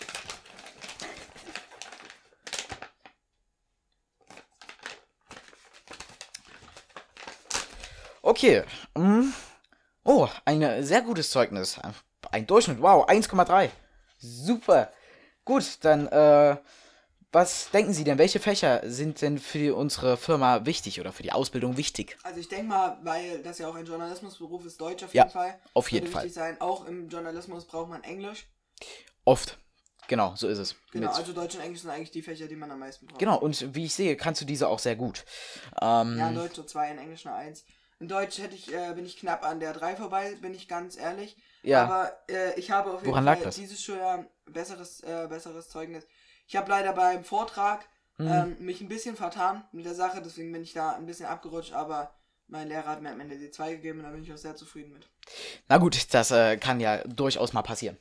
Speaker 1: Okay. Oh, ein sehr gutes Zeugnis. Ein Durchschnitt. Wow, 1,3. Super. Gut, dann, was denken Sie denn? Welche Fächer sind denn für unsere Firma wichtig oder für die Ausbildung wichtig?
Speaker 2: Also ich denke mal, weil das ja auch ein Journalismusberuf ist, Deutsch auf
Speaker 1: Ja,
Speaker 2: jeden Fall.
Speaker 1: auf jeden
Speaker 2: Würde
Speaker 1: Fall.
Speaker 2: wichtig sein. Auch im Journalismus braucht man Englisch.
Speaker 1: Oft. Genau, so ist es.
Speaker 2: Genau,
Speaker 1: Mit-
Speaker 2: also Deutsch und Englisch sind eigentlich die Fächer, die man am meisten braucht.
Speaker 1: Genau, und wie ich sehe, kannst du diese auch sehr gut.
Speaker 2: Ja, in Deutsch so 2, in Englisch eine 1. In Deutsch bin ich knapp an der 3 vorbei, bin ich ganz ehrlich.
Speaker 1: Ja.
Speaker 2: Aber ich habe auf jeden
Speaker 1: Woran lag
Speaker 2: Fall
Speaker 1: das?
Speaker 2: dieses Schuljahr besseres Zeugnis. Ich habe leider beim Vortrag mich ein bisschen vertan mit der Sache, deswegen bin ich da ein bisschen abgerutscht, aber mein Lehrer hat mir am Ende die 2 gegeben und da bin ich auch sehr zufrieden mit.
Speaker 1: Na gut, das kann ja durchaus mal passieren.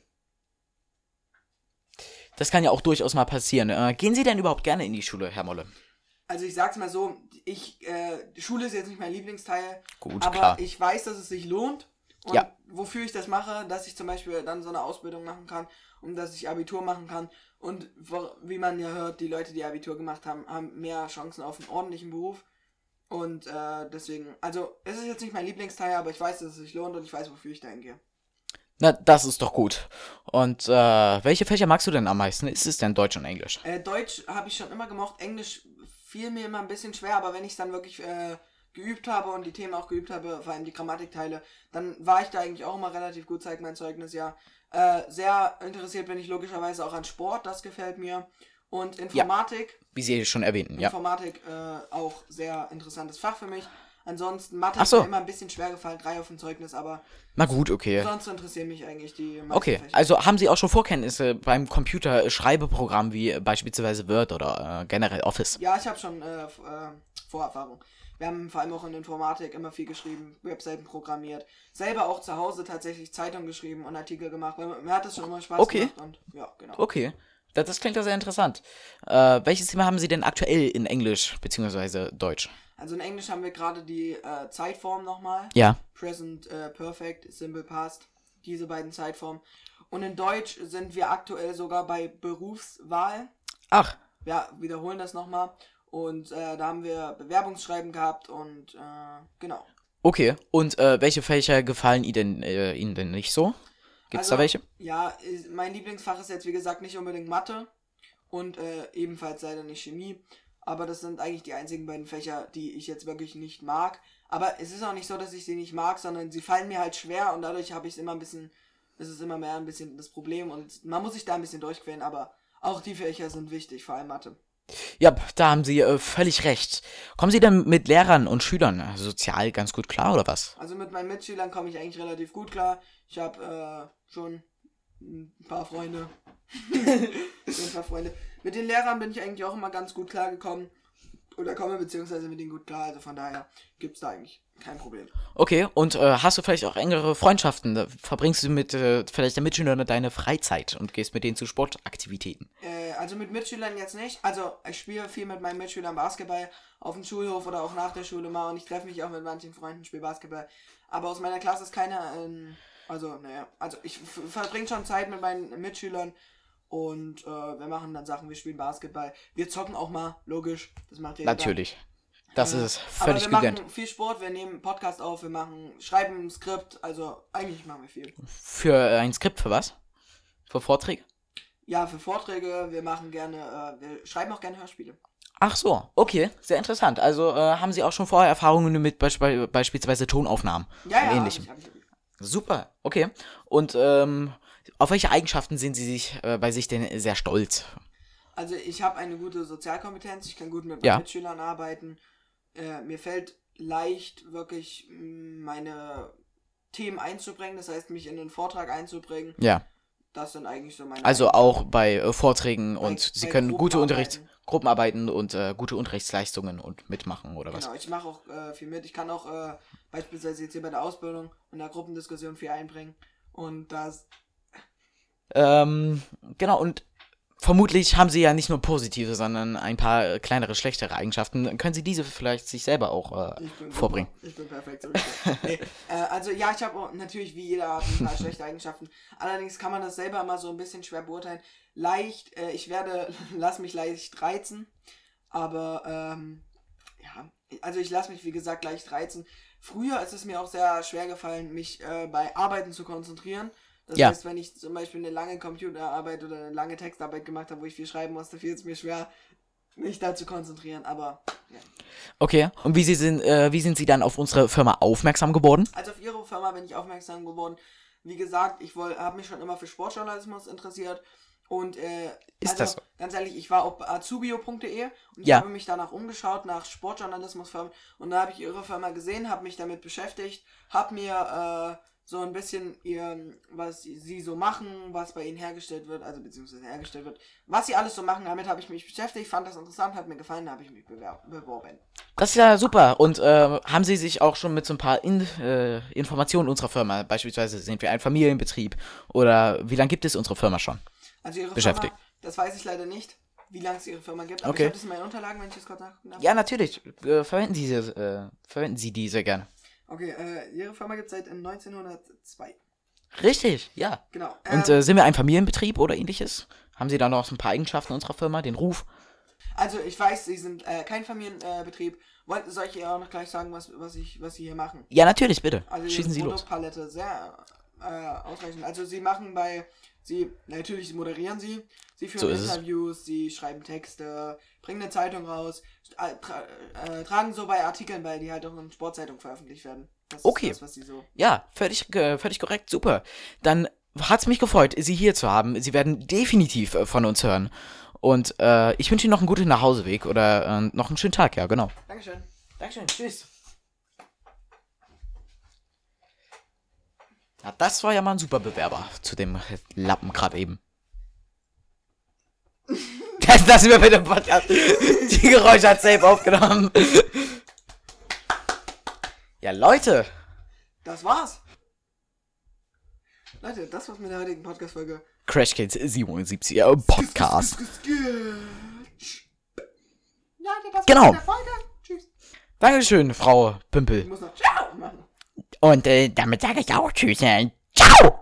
Speaker 1: Das kann ja auch durchaus mal passieren. Gehen Sie denn überhaupt gerne in die Schule, Herr Molle?
Speaker 2: Also ich sag's mal so, Schule ist jetzt nicht mein Lieblingsteil,
Speaker 1: Gut,
Speaker 2: aber
Speaker 1: klar.
Speaker 2: ich weiß, dass es sich lohnt. Und
Speaker 1: Ja.
Speaker 2: wofür ich das mache, dass ich zum Beispiel dann so eine Ausbildung machen kann und dass ich Abitur machen kann. Und wie man ja hört, die Leute, die Abitur gemacht haben, haben mehr Chancen auf einen ordentlichen Beruf. Und deswegen, also es ist jetzt nicht mein Lieblingsteil, aber ich weiß, dass es sich lohnt und ich weiß, wofür ich da hingehe.
Speaker 1: Na, das ist doch gut. Und welche Fächer magst du denn am meisten? Ist es denn Deutsch und Englisch?
Speaker 2: Deutsch habe ich schon immer gemocht, Englisch fiel mir immer ein bisschen schwer, aber wenn ich es dann wirklich geübt habe und die Themen auch geübt habe, vor allem die Grammatikteile, dann war ich da eigentlich auch immer relativ gut, zeigt mein Zeugnis ja. Sehr interessiert bin ich logischerweise auch an Sport, das gefällt mir. Und Informatik,
Speaker 1: Wie Sie schon erwähnten, ja.
Speaker 2: Informatik auch sehr interessantes Fach für mich. Ansonsten Mathe
Speaker 1: Ach so.
Speaker 2: ist mir immer ein bisschen schwer gefallen, 3 auf dem Zeugnis, aber
Speaker 1: Na gut, okay.
Speaker 2: sonst interessieren mich eigentlich die meisten
Speaker 1: Okay,
Speaker 2: Fächer.
Speaker 1: also haben Sie auch schon Vorkenntnisse beim Computer-Schreibeprogramm wie beispielsweise Word oder generell Office?
Speaker 2: Ja, ich habe schon Vorerfahrung. Wir haben vor allem auch in Informatik immer viel geschrieben, Webseiten programmiert. Selber auch zu Hause tatsächlich Zeitung geschrieben und Artikel gemacht. Mir hat das schon immer Spaß
Speaker 1: Okay.
Speaker 2: gemacht und ja, genau.
Speaker 1: Okay, das klingt ja sehr interessant. Welches Thema haben Sie denn aktuell in Englisch bzw. Deutsch?
Speaker 2: Also in Englisch haben wir gerade die Zeitform nochmal.
Speaker 1: Ja.
Speaker 2: Present Perfect, Simple Past. Diese beiden Zeitformen. Und in Deutsch sind wir aktuell sogar bei Berufswahl.
Speaker 1: Ach,
Speaker 2: Ja, wiederholen das nochmal. Und da haben wir Bewerbungsschreiben gehabt und genau.
Speaker 1: okay. Und welche Fächer gefallen Ihnen denn nicht so? Gibt's da welche?
Speaker 2: Ja, mein Lieblingsfach ist jetzt wie gesagt nicht unbedingt Mathe und ebenfalls leider nicht Chemie. Aber das sind eigentlich die einzigen beiden Fächer, die ich jetzt wirklich nicht mag. Aber es ist auch nicht so, dass ich sie nicht mag, sondern sie fallen mir halt schwer und dadurch habe ich es immer ein bisschen, ist es immer mehr ein bisschen das Problem und man muss sich da ein bisschen durchquälen, aber auch die Fächer sind wichtig, vor allem Mathe.
Speaker 1: Ja, da haben Sie völlig recht. Kommen Sie denn mit Lehrern und Schülern sozial ganz gut klar oder was?
Speaker 2: Also mit meinen Mitschülern komme ich eigentlich relativ gut klar. Ich habe schon ein paar Freunde. Mit den Lehrern bin ich eigentlich auch immer ganz gut klargekommen. Oder komme beziehungsweise mit denen gut klar. Also von daher gibt es da eigentlich kein Problem.
Speaker 1: Okay, und hast du vielleicht auch engere Freundschaften? Verbringst du mit vielleicht der Mitschülern deine Freizeit und gehst mit denen zu Sportaktivitäten?
Speaker 2: Also mit Mitschülern jetzt nicht. Also ich spiele viel mit meinen Mitschülern Basketball auf dem Schulhof oder auch nach der Schule mal. Und ich treffe mich auch mit manchen Freunden, spiele Basketball. Aber aus meiner Klasse ist keiner... Also ich verbringe schon Zeit mit meinen Mitschülern. Und wir machen dann Sachen, wir spielen Basketball. Wir zocken auch mal, logisch. Das macht ja jeder.
Speaker 1: Natürlich. Das ist völlig
Speaker 2: aber wir
Speaker 1: gegönnt.
Speaker 2: machen viel Sport, wir nehmen einen Podcast auf, schreiben ein Skript, also eigentlich machen wir viel.
Speaker 1: Für ein Skript für was? Für Vorträge?
Speaker 2: Ja, für Vorträge, wir wir schreiben auch gerne Hörspiele.
Speaker 1: Ach so, okay, sehr interessant. Also haben Sie auch schon vorher Erfahrungen mit beispielsweise Tonaufnahmen?
Speaker 2: Ja,
Speaker 1: und Ähnlichem?
Speaker 2: hab ich.
Speaker 1: Super, okay. Und auf welche Eigenschaften sind Sie bei sich denn sehr stolz?
Speaker 2: Also ich habe eine gute Sozialkompetenz, ich kann gut mit
Speaker 1: Ja.
Speaker 2: meinen Mitschülern arbeiten. Mir fällt leicht, wirklich meine Themen einzubringen, das heißt, mich in den Vortrag einzubringen.
Speaker 1: Ja.
Speaker 2: Das sind eigentlich so meine
Speaker 1: Also auch bei Vorträgen
Speaker 2: Bei-
Speaker 1: und Sie
Speaker 2: bei
Speaker 1: können gute
Speaker 2: Gruppenarbeiten.
Speaker 1: Gruppenarbeiten und gute Unterrichtsleistungen und mitmachen oder was?
Speaker 2: Genau, ich mache auch viel mit. Ich kann auch beispielsweise jetzt hier bei der Ausbildung in der Gruppendiskussion viel einbringen. Und das...
Speaker 1: Genau, und vermutlich haben Sie ja nicht nur positive, sondern ein paar kleinere, schlechtere Eigenschaften. Können Sie diese vielleicht sich selber auch
Speaker 2: Ich bin
Speaker 1: vorbringen?
Speaker 2: super. Ich bin perfekt. So wie ich bin. Nee, also ja, ich habe natürlich wie jeder hat ein paar schlechte Eigenschaften. Allerdings kann man das selber immer so ein bisschen schwer beurteilen. Lass mich leicht reizen. Aber ja, also ich lasse mich wie gesagt leicht reizen. Früher ist es mir auch sehr schwer gefallen, mich bei Arbeiten zu konzentrieren. Das
Speaker 1: Ja.
Speaker 2: heißt, wenn ich zum Beispiel eine lange Computerarbeit oder eine lange Textarbeit gemacht habe, wo ich viel schreiben musste, fiel es mir schwer, mich da zu konzentrieren. Aber ja.
Speaker 1: Okay, und wie sind Sie dann auf unsere Firma aufmerksam geworden?
Speaker 2: Also auf Ihre Firma bin ich aufmerksam geworden. Wie gesagt, ich habe mich schon immer für Sportjournalismus interessiert. Und
Speaker 1: Ist das so?
Speaker 2: ganz ehrlich, ich war auf azubio.de und ich
Speaker 1: Ja.
Speaker 2: habe mich danach umgeschaut, nach Sportjournalismusfirmen. Und da habe ich Ihre Firma gesehen, habe mich damit beschäftigt, habe mir so ein bisschen was Sie so machen, was bei Ihnen hergestellt wird, also beziehungsweise hergestellt wird, was Sie alles so machen, damit habe ich mich beschäftigt, fand das interessant, hat mir gefallen, da habe ich mich beworben.
Speaker 1: Das ist ja super. Und haben Sie sich auch schon mit so ein paar Informationen unserer Firma, beispielsweise sind wir ein Familienbetrieb, oder wie lange gibt es unsere Firma schon?
Speaker 2: Also Ihre
Speaker 1: Beschäftigt.
Speaker 2: Firma, das weiß ich leider nicht, wie lange es Ihre Firma gibt, aber
Speaker 1: Okay.
Speaker 2: ich habe das in meinen Unterlagen, wenn ich das kurz nachgucken darf.
Speaker 1: Ja, natürlich. Verwenden Sie die sehr gerne.
Speaker 2: Okay, Ihre Firma gibt es seit 1902.
Speaker 1: Richtig, ja.
Speaker 2: Genau.
Speaker 1: Und sind wir ein Familienbetrieb oder ähnliches? Haben Sie da noch so ein paar Eigenschaften unserer Firma, den Ruf?
Speaker 2: Also ich weiß, Sie sind kein Familienbetrieb. Soll ich ihr auch noch gleich sagen, was Sie hier machen?
Speaker 1: Ja, natürlich, bitte.
Speaker 2: Also
Speaker 1: Schießen Sie
Speaker 2: Ihre
Speaker 1: los.
Speaker 2: Produktpalette sehr ausreichend. Also Sie natürlich moderieren Sie führen
Speaker 1: So ist es.
Speaker 2: Interviews, Sie schreiben Texte, bringen eine Zeitung raus, tragen so bei Artikeln bei, die halt auch in Sportzeitungen veröffentlicht werden. Das
Speaker 1: Okay.
Speaker 2: ist das, was Sie so...
Speaker 1: Ja, völlig korrekt, super. Dann hat's mich gefreut, Sie hier zu haben. Sie werden definitiv von uns hören. Und ich wünsche Ihnen noch einen guten Nachhauseweg oder noch einen schönen Tag, ja, genau.
Speaker 2: Dankeschön.
Speaker 1: Dankeschön, tschüss. Ja, das war ja mal ein super Bewerber zu dem Lappen gerade eben. Das lassen wir bitte im Podcast. Die Geräusche hat safe aufgenommen. Ja, Leute.
Speaker 2: Das war's. Leute, das war's mit der heutigen Podcast-Folge.
Speaker 1: Crash Kids 77 Podcast.
Speaker 2: Ja, das
Speaker 1: Genau.
Speaker 2: war's mit der Folge. Tschüss.
Speaker 1: Dankeschön, Frau Pümpel.
Speaker 2: Ich muss noch Ciao machen.
Speaker 1: Und damit sage ich auch Tschüss. Ciao.